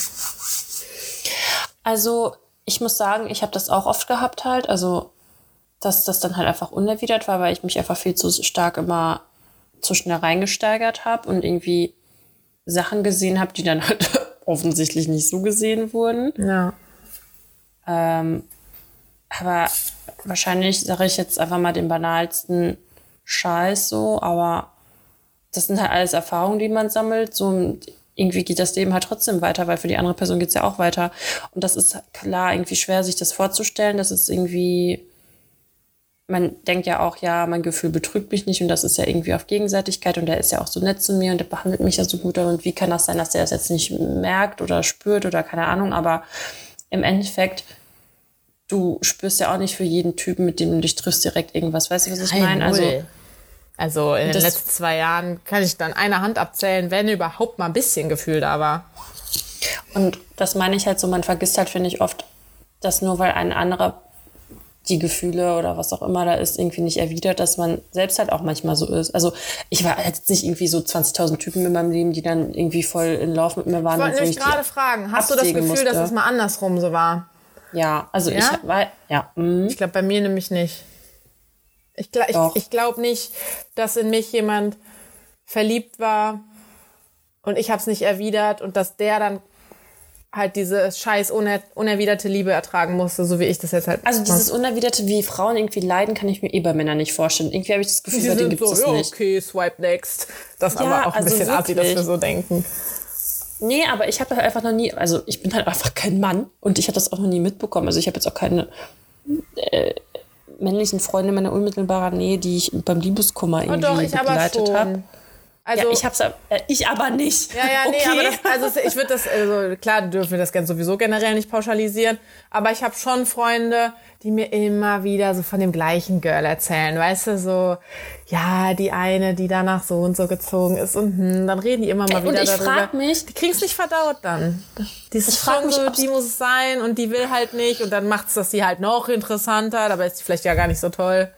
Also, ich muss sagen, ich habe das auch oft gehabt halt, also dass das dann halt einfach unerwidert war, weil ich mich einfach viel zu stark immer zu schnell reingesteigert habe und irgendwie Sachen gesehen habe, die dann halt offensichtlich nicht so gesehen wurden. Ja. Ähm, aber wahrscheinlich sage ich jetzt einfach mal den banalsten Scheiß so, aber das sind halt alles Erfahrungen, die man sammelt. So irgendwie geht das Leben halt trotzdem weiter, weil für die andere Person geht's ja auch weiter. Und das ist klar irgendwie schwer, sich das vorzustellen. Das ist irgendwie... Man denkt ja auch, ja, mein Gefühl betrügt mich nicht und das ist ja irgendwie auf Gegenseitigkeit und der ist ja auch so nett zu mir und der behandelt mich ja so gut und wie kann das sein, dass der das jetzt nicht merkt oder spürt oder keine Ahnung, aber im Endeffekt, du spürst ja auch nicht für jeden Typen, mit dem du dich triffst, direkt irgendwas. Weißt du, was ich meine? Also, also in den letzten zwei Jahren kann ich dann eine Hand abzählen, wenn überhaupt mal ein bisschen Gefühl da war. Und das meine ich halt so, man vergisst halt, finde ich, oft, dass nur weil ein anderer die Gefühle oder was auch immer da ist, irgendwie nicht erwidert, dass man selbst halt auch manchmal so ist. Also ich war jetzt nicht irgendwie so zwanzigtausend Typen in meinem Leben, die dann irgendwie voll in Love mit mir waren. Ich wollte nämlich gerade fragen, hast du das Gefühl, musste. dass es mal andersrum so war? Ja, also ja? ich war, ja. Mm. Ich glaube, bei mir nämlich nicht. Ich, ich, ich glaube nicht, dass in mich jemand verliebt war und ich habe es nicht erwidert und dass der dann halt diese scheiß uner- unerwiderte Liebe ertragen musste, so wie ich das jetzt halt... Also dieses unerwiderte, wie Frauen irgendwie leiden, kann ich mir eh bei Männern nicht vorstellen. Irgendwie habe ich das Gefühl, die bei denen gibt es so, das ja, nicht. Okay, swipe next. Das ist ja, aber auch ein also bisschen assi, dass wir so denken. Nee, aber ich habe halt einfach noch nie... Also ich bin halt einfach kein Mann und ich habe das auch noch nie mitbekommen. Also ich habe jetzt auch keine äh, männlichen Freunde in meiner unmittelbaren Nähe, die ich beim Liebeskummer irgendwie oh doch, ich begleitet habe. Also, ja, ich hab's, äh, ich aber nicht. Ja, ja, nee, okay. aber das, also ich würde das, also klar, dürfen wir das ganz sowieso generell nicht pauschalisieren, aber ich habe schon Freunde, die mir immer wieder so von dem gleichen Girl erzählen, weißt du, so, ja, die eine, die danach so und so gezogen ist und hm, dann reden die immer mal Ey, wieder und ich darüber. frag mich, die kriegen's nicht verdaut dann. Die ist ich frag schon mich, so, die muss es sein und die will halt nicht und dann macht's das sie halt noch interessanter, dabei ist die vielleicht ja gar nicht so toll.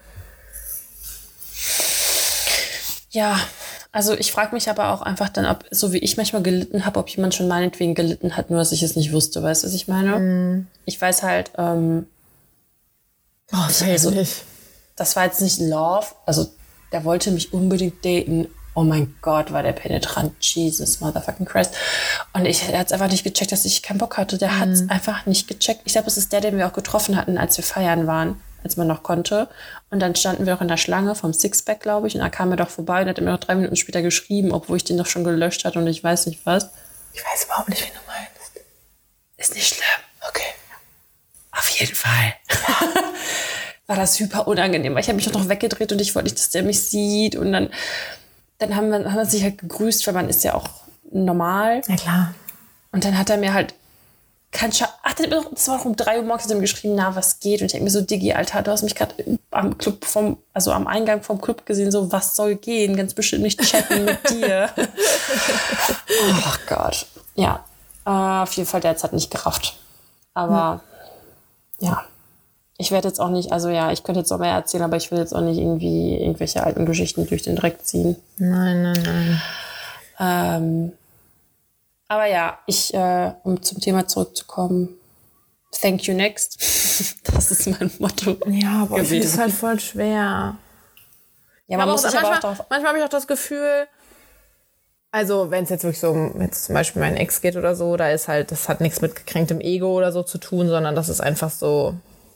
ja, also ich frage mich aber auch einfach dann, ob, so wie ich manchmal gelitten habe, ob jemand schon meinetwegen gelitten hat, nur dass ich es nicht wusste. Weißt du, was ich meine? Mm. Ich weiß halt, ähm, oh, ich, also, nicht. Das war jetzt nicht Love. Also der wollte mich unbedingt daten. Oh mein Gott, war der penetrant. Jesus, motherfucking Christ. Und ich, er hat es einfach nicht gecheckt, dass ich keinen Bock hatte. Der mm. hat es einfach nicht gecheckt. Ich glaube, es ist der, den wir auch getroffen hatten, als wir feiern waren. Als man noch konnte. Und dann standen wir auch in der Schlange vom Sixpack, glaube ich. Und da kam er doch vorbei und hat mir noch drei Minuten später geschrieben, obwohl ich den doch schon gelöscht hatte und ich weiß nicht was. Ich weiß überhaupt nicht, wie du meinst. Ist nicht schlimm. Okay. Auf jeden Fall. War das hyper unangenehm, weil ich habe mich doch noch weggedreht und ich wollte nicht, dass der mich sieht. Und dann, dann haben wir, haben wir sich halt gegrüßt, weil man ist ja auch normal. Ja, klar. Und dann hat er mir halt Kein Scha- Ach, das war auch um drei Uhr morgens, hat er mir geschrieben, na, was geht? Und ich denke mir so, Diggi, Alter, du hast mich gerade am Club vom, also am Eingang vom Club gesehen, so, was soll gehen? Ganz bestimmt nicht chatten mit dir. Ach Gott. Ja, äh, auf jeden Fall, der hat nicht gerafft. Aber, hm. ja, ich werde jetzt auch nicht, also ja, ich könnte jetzt auch mehr erzählen, aber ich will jetzt auch nicht irgendwie irgendwelche alten Geschichten durch den Dreck ziehen. Nein, nein, nein. Ähm, Aber ja, ich, äh, um zum Thema zurückzukommen, thank you next. Das ist mein Motto. Ja, aber ich finde es halt voll schwer. Ja, man muss sich aber manchmal, auch drauf... Manchmal habe ich auch das Gefühl, also wenn es jetzt wirklich so um jetzt zum Beispiel meinen Ex geht oder so, da ist halt, das hat nichts mit gekränktem Ego oder so zu tun, sondern das ist einfach so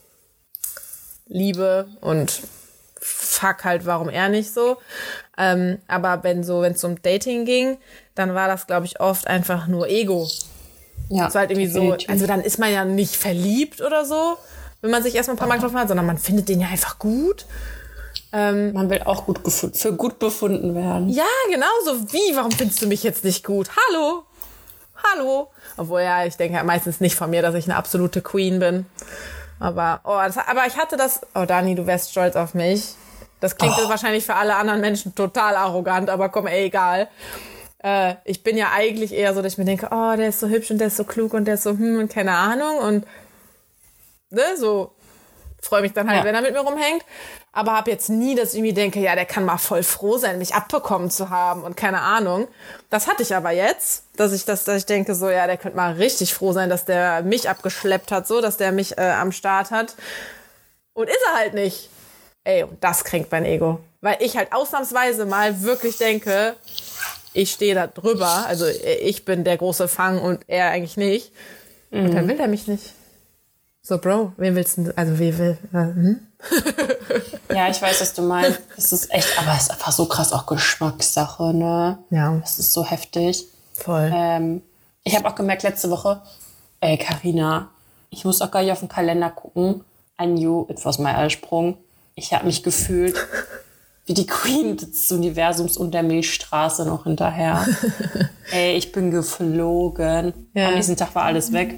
Liebe und fuck halt, warum er nicht so. Ähm, aber wenn so, wenn es um Dating ging, dann war das, glaube ich, oft einfach nur Ego. Ja. Das war halt irgendwie definitiv. So, also dann ist man ja nicht verliebt oder so, wenn man sich erstmal ein paar Mal getroffen hat, sondern man findet den ja einfach gut. Ähm, man will auch gut gefunden, für gut befunden werden. Ja, genau, so wie, warum findest du mich jetzt nicht gut? Hallo? Hallo? Obwohl, ja, ich denke ja meistens nicht von mir, dass ich eine absolute Queen bin. Aber, oh, das, aber ich hatte das, oh Dani, du wärst stolz auf mich. Das klingt oh. wahrscheinlich für alle anderen Menschen total arrogant, aber komm, ey, egal. Äh, ich bin ja eigentlich eher so, dass ich mir denke, oh, der ist so hübsch und der ist so klug und der ist so, hm, und keine Ahnung. Und ne, so freue mich dann halt, ja. wenn er mit mir rumhängt. Aber habe jetzt nie, dass ich irgendwie denke, ja, der kann mal voll froh sein, mich abbekommen zu haben und keine Ahnung. Das hatte ich aber jetzt, dass ich das, dass ich denke so, ja, der könnte mal richtig froh sein, dass der mich abgeschleppt hat, so, dass der mich äh, am Start hat. Und ist er halt nicht. Ey, und das kränkt mein Ego. Weil ich halt ausnahmsweise mal wirklich denke, ich stehe da drüber, also ich bin der große Fang und er eigentlich nicht. Mhm. Und dann will er mich nicht. So, Bro, wen willst du, also wie will, hm? Ja, ich weiß, was du meinst. Es ist echt, aber es ist einfach so krass auch Geschmackssache, ne? Ja. Es ist so heftig. Voll. Ähm, ich habe auch gemerkt letzte Woche, ey, Carina, ich muss auch gar nicht auf den Kalender gucken. I knew it was my Eisprung. Ich habe mich gefühlt wie die Queen des Universums und der Milchstraße noch hinterher. Ey, ich bin geflogen. Ja. Am nächsten Tag war alles weg.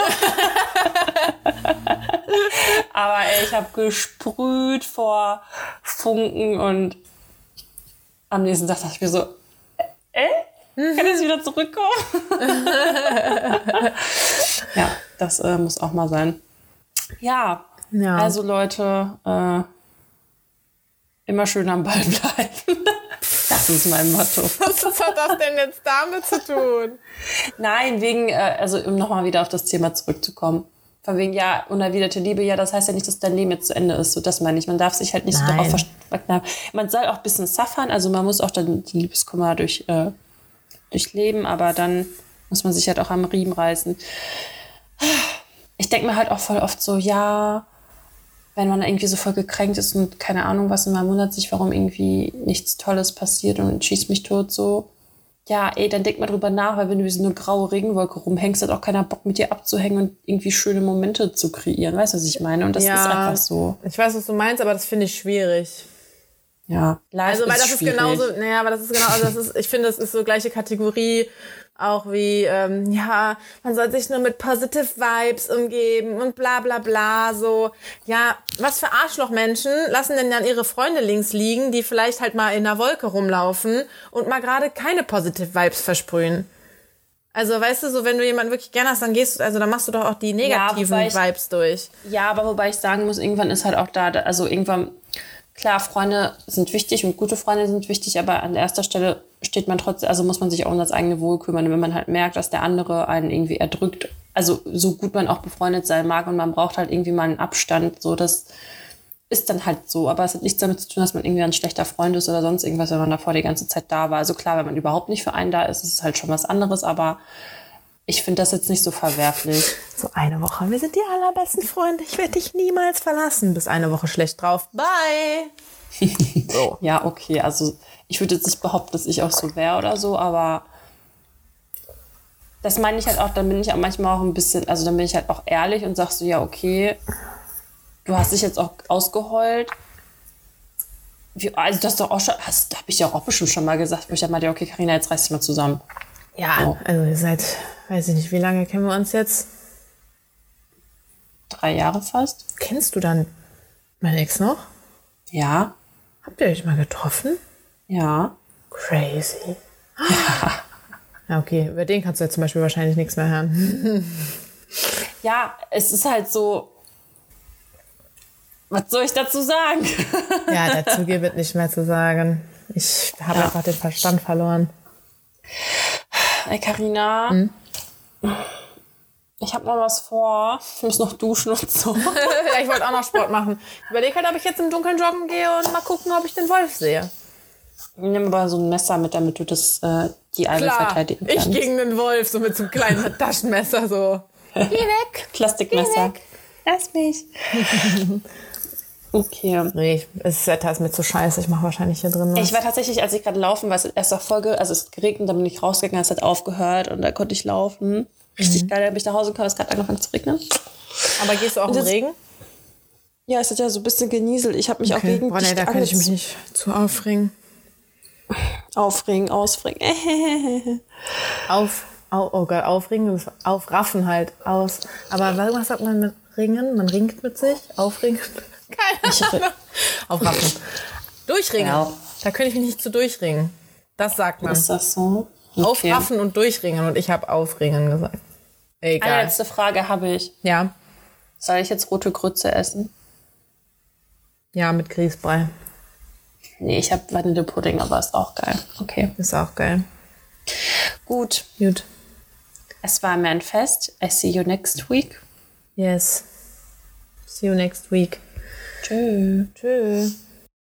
Aber ey, ich habe gesprüht vor Funken und am nächsten Tag dachte ich mir so, äh, kann das wieder zurückkommen? Ja, das äh, muss auch mal sein. Ja, ja. Also Leute, äh, immer schön am Ball bleiben. Das ist mein Motto. Was hat das denn jetzt damit zu tun? Nein, wegen, äh, also um nochmal wieder auf das Thema zurückzukommen. Von wegen, ja, unerwiderte Liebe, ja, das heißt ja nicht, dass dein Leben jetzt zu Ende ist. So, das meine ich. Man darf sich halt nicht Nein. so darauf verkneifen. Man soll auch ein bisschen suffern, also man muss auch dann die Liebeskummer durch, äh, durchleben, aber dann muss man sich halt auch am Riemen reißen. Ich denke mir halt auch voll oft so, ja, wenn man irgendwie so voll gekränkt ist und keine Ahnung was und man wundert sich, warum irgendwie nichts Tolles passiert und schießt mich tot so. Ja, ey, dann denk mal drüber nach, weil wenn du wie so eine graue Regenwolke rumhängst, hat auch keiner Bock mit dir abzuhängen und irgendwie schöne Momente zu kreieren. Weißt du, was ich meine? Und das ja, ist einfach so. Ich weiß, was du meinst, aber das finde ich schwierig. Ja, live also weil ist das ist schwierig. genauso, naja, aber das ist genau, also das ist, ich finde, das ist so gleiche Kategorie, auch wie, ähm, ja, man soll sich nur mit positive Vibes umgeben und bla bla bla, so. Ja, was für Arschlochmenschen lassen denn dann ihre Freunde links liegen, die vielleicht halt mal in einer Wolke rumlaufen und mal gerade keine positive Vibes versprühen? Also, weißt du, so wenn du jemanden wirklich gerne hast, dann gehst du, also dann machst du doch auch die negativen ja, ich, Vibes durch. Ja, aber wobei ich sagen muss, irgendwann ist halt auch da, also irgendwann, klar, Freunde sind wichtig und gute Freunde sind wichtig, aber an erster Stelle steht man trotzdem, also muss man sich auch um das eigene Wohl kümmern. Und wenn man halt merkt, dass der andere einen irgendwie erdrückt, also so gut man auch befreundet sein mag und man braucht halt irgendwie mal einen Abstand, so das ist dann halt so. Aber es hat nichts damit zu tun, dass man irgendwie ein schlechter Freund ist oder sonst irgendwas, wenn man davor die ganze Zeit da war. Also klar, wenn man überhaupt nicht für einen da ist, ist es halt schon was anderes, aber ich finde das jetzt nicht so verwerflich. So eine Woche, wir sind die allerbesten Freunde, ich werde dich niemals verlassen. Bis eine Woche schlecht drauf, bye! So. Ja, okay, also ich würde jetzt nicht behaupten, dass ich auch so wäre oder so, aber das meine ich halt auch, dann bin ich auch manchmal auch ein bisschen, also dann bin ich halt auch ehrlich und sag so, ja, okay, du hast dich jetzt auch ausgeheult. Wie, also das doch auch schon, das habe ich ja auch bestimmt schon mal gesagt, wo ich dann meinte, okay, Carina, jetzt reiß dich mal zusammen. Ja, oh. Also ihr seid, weiß ich nicht, wie lange kennen wir uns jetzt? Drei Jahre fast. Kennst du dann meinen Ex noch? Ja. Habt ihr euch mal getroffen? Ja. Crazy. Ja. Ja, okay, über den kannst du jetzt zum Beispiel wahrscheinlich nichts mehr hören. Ja, es ist halt so, was soll ich dazu sagen? Ja, dazu gibt es nicht mehr zu sagen. Ich habe ja. einfach den Verstand verloren. Ey, Carina, hm? Ich habe noch was vor. Ich muss noch duschen und so. Ja, ich wollte auch noch Sport machen. Ich überlege halt, ob ich jetzt im Dunkeln joggen gehe und mal gucken, ob ich den Wolf sehe. Nimm aber so ein Messer mit, damit du das, äh, die Eibe verteidigen kannst. Ich gegen den Wolf, so mit so einem kleinen Taschenmesser, so. Geh weg. Plastikmesser. Geh weg. Lass mich. Okay. Nee, das Wetter ist mir zu scheiße. Ich mache wahrscheinlich hier drin was. Ich war tatsächlich, als ich gerade laufen war, es erst auf Folge, also es hat geregnet, dann bin ich rausgegangen, es hat aufgehört und da konnte ich laufen. Richtig mhm. geil, da bin ich nach Hause gekommen, es hat gerade angefangen zu regnen. Aber gehst du auch im Regen? Ja, es hat ja so ein bisschen genieselt. Ich habe mich okay. auch gegen Boah, nee, da kann ich mich nicht zu aufregen. Aufregen, ausregen. Auf, au, oh Gott, aufregen, aufraffen halt, aus. Aber was sagt man mit ringen? Man ringt mit sich? Aufringen? Keine Ahnung. Aufraffen. Durchringen. Ja. Da könnte ich mich nicht zu durchringen. Das sagt man. Ist das so? Okay. Aufraffen und durchringen. Und ich habe aufringen gesagt. Egal. Eine letzte Frage habe ich. Ja. Soll ich jetzt rote Grütze essen? Ja, mit Grießbrei. Nee, ich habe Vanillepudding, aber ist auch geil. Okay. Ist auch geil. Gut. Gut. Es war mir ein Fest. I see you next week. Yes. See you next week. Tschö. Tschö.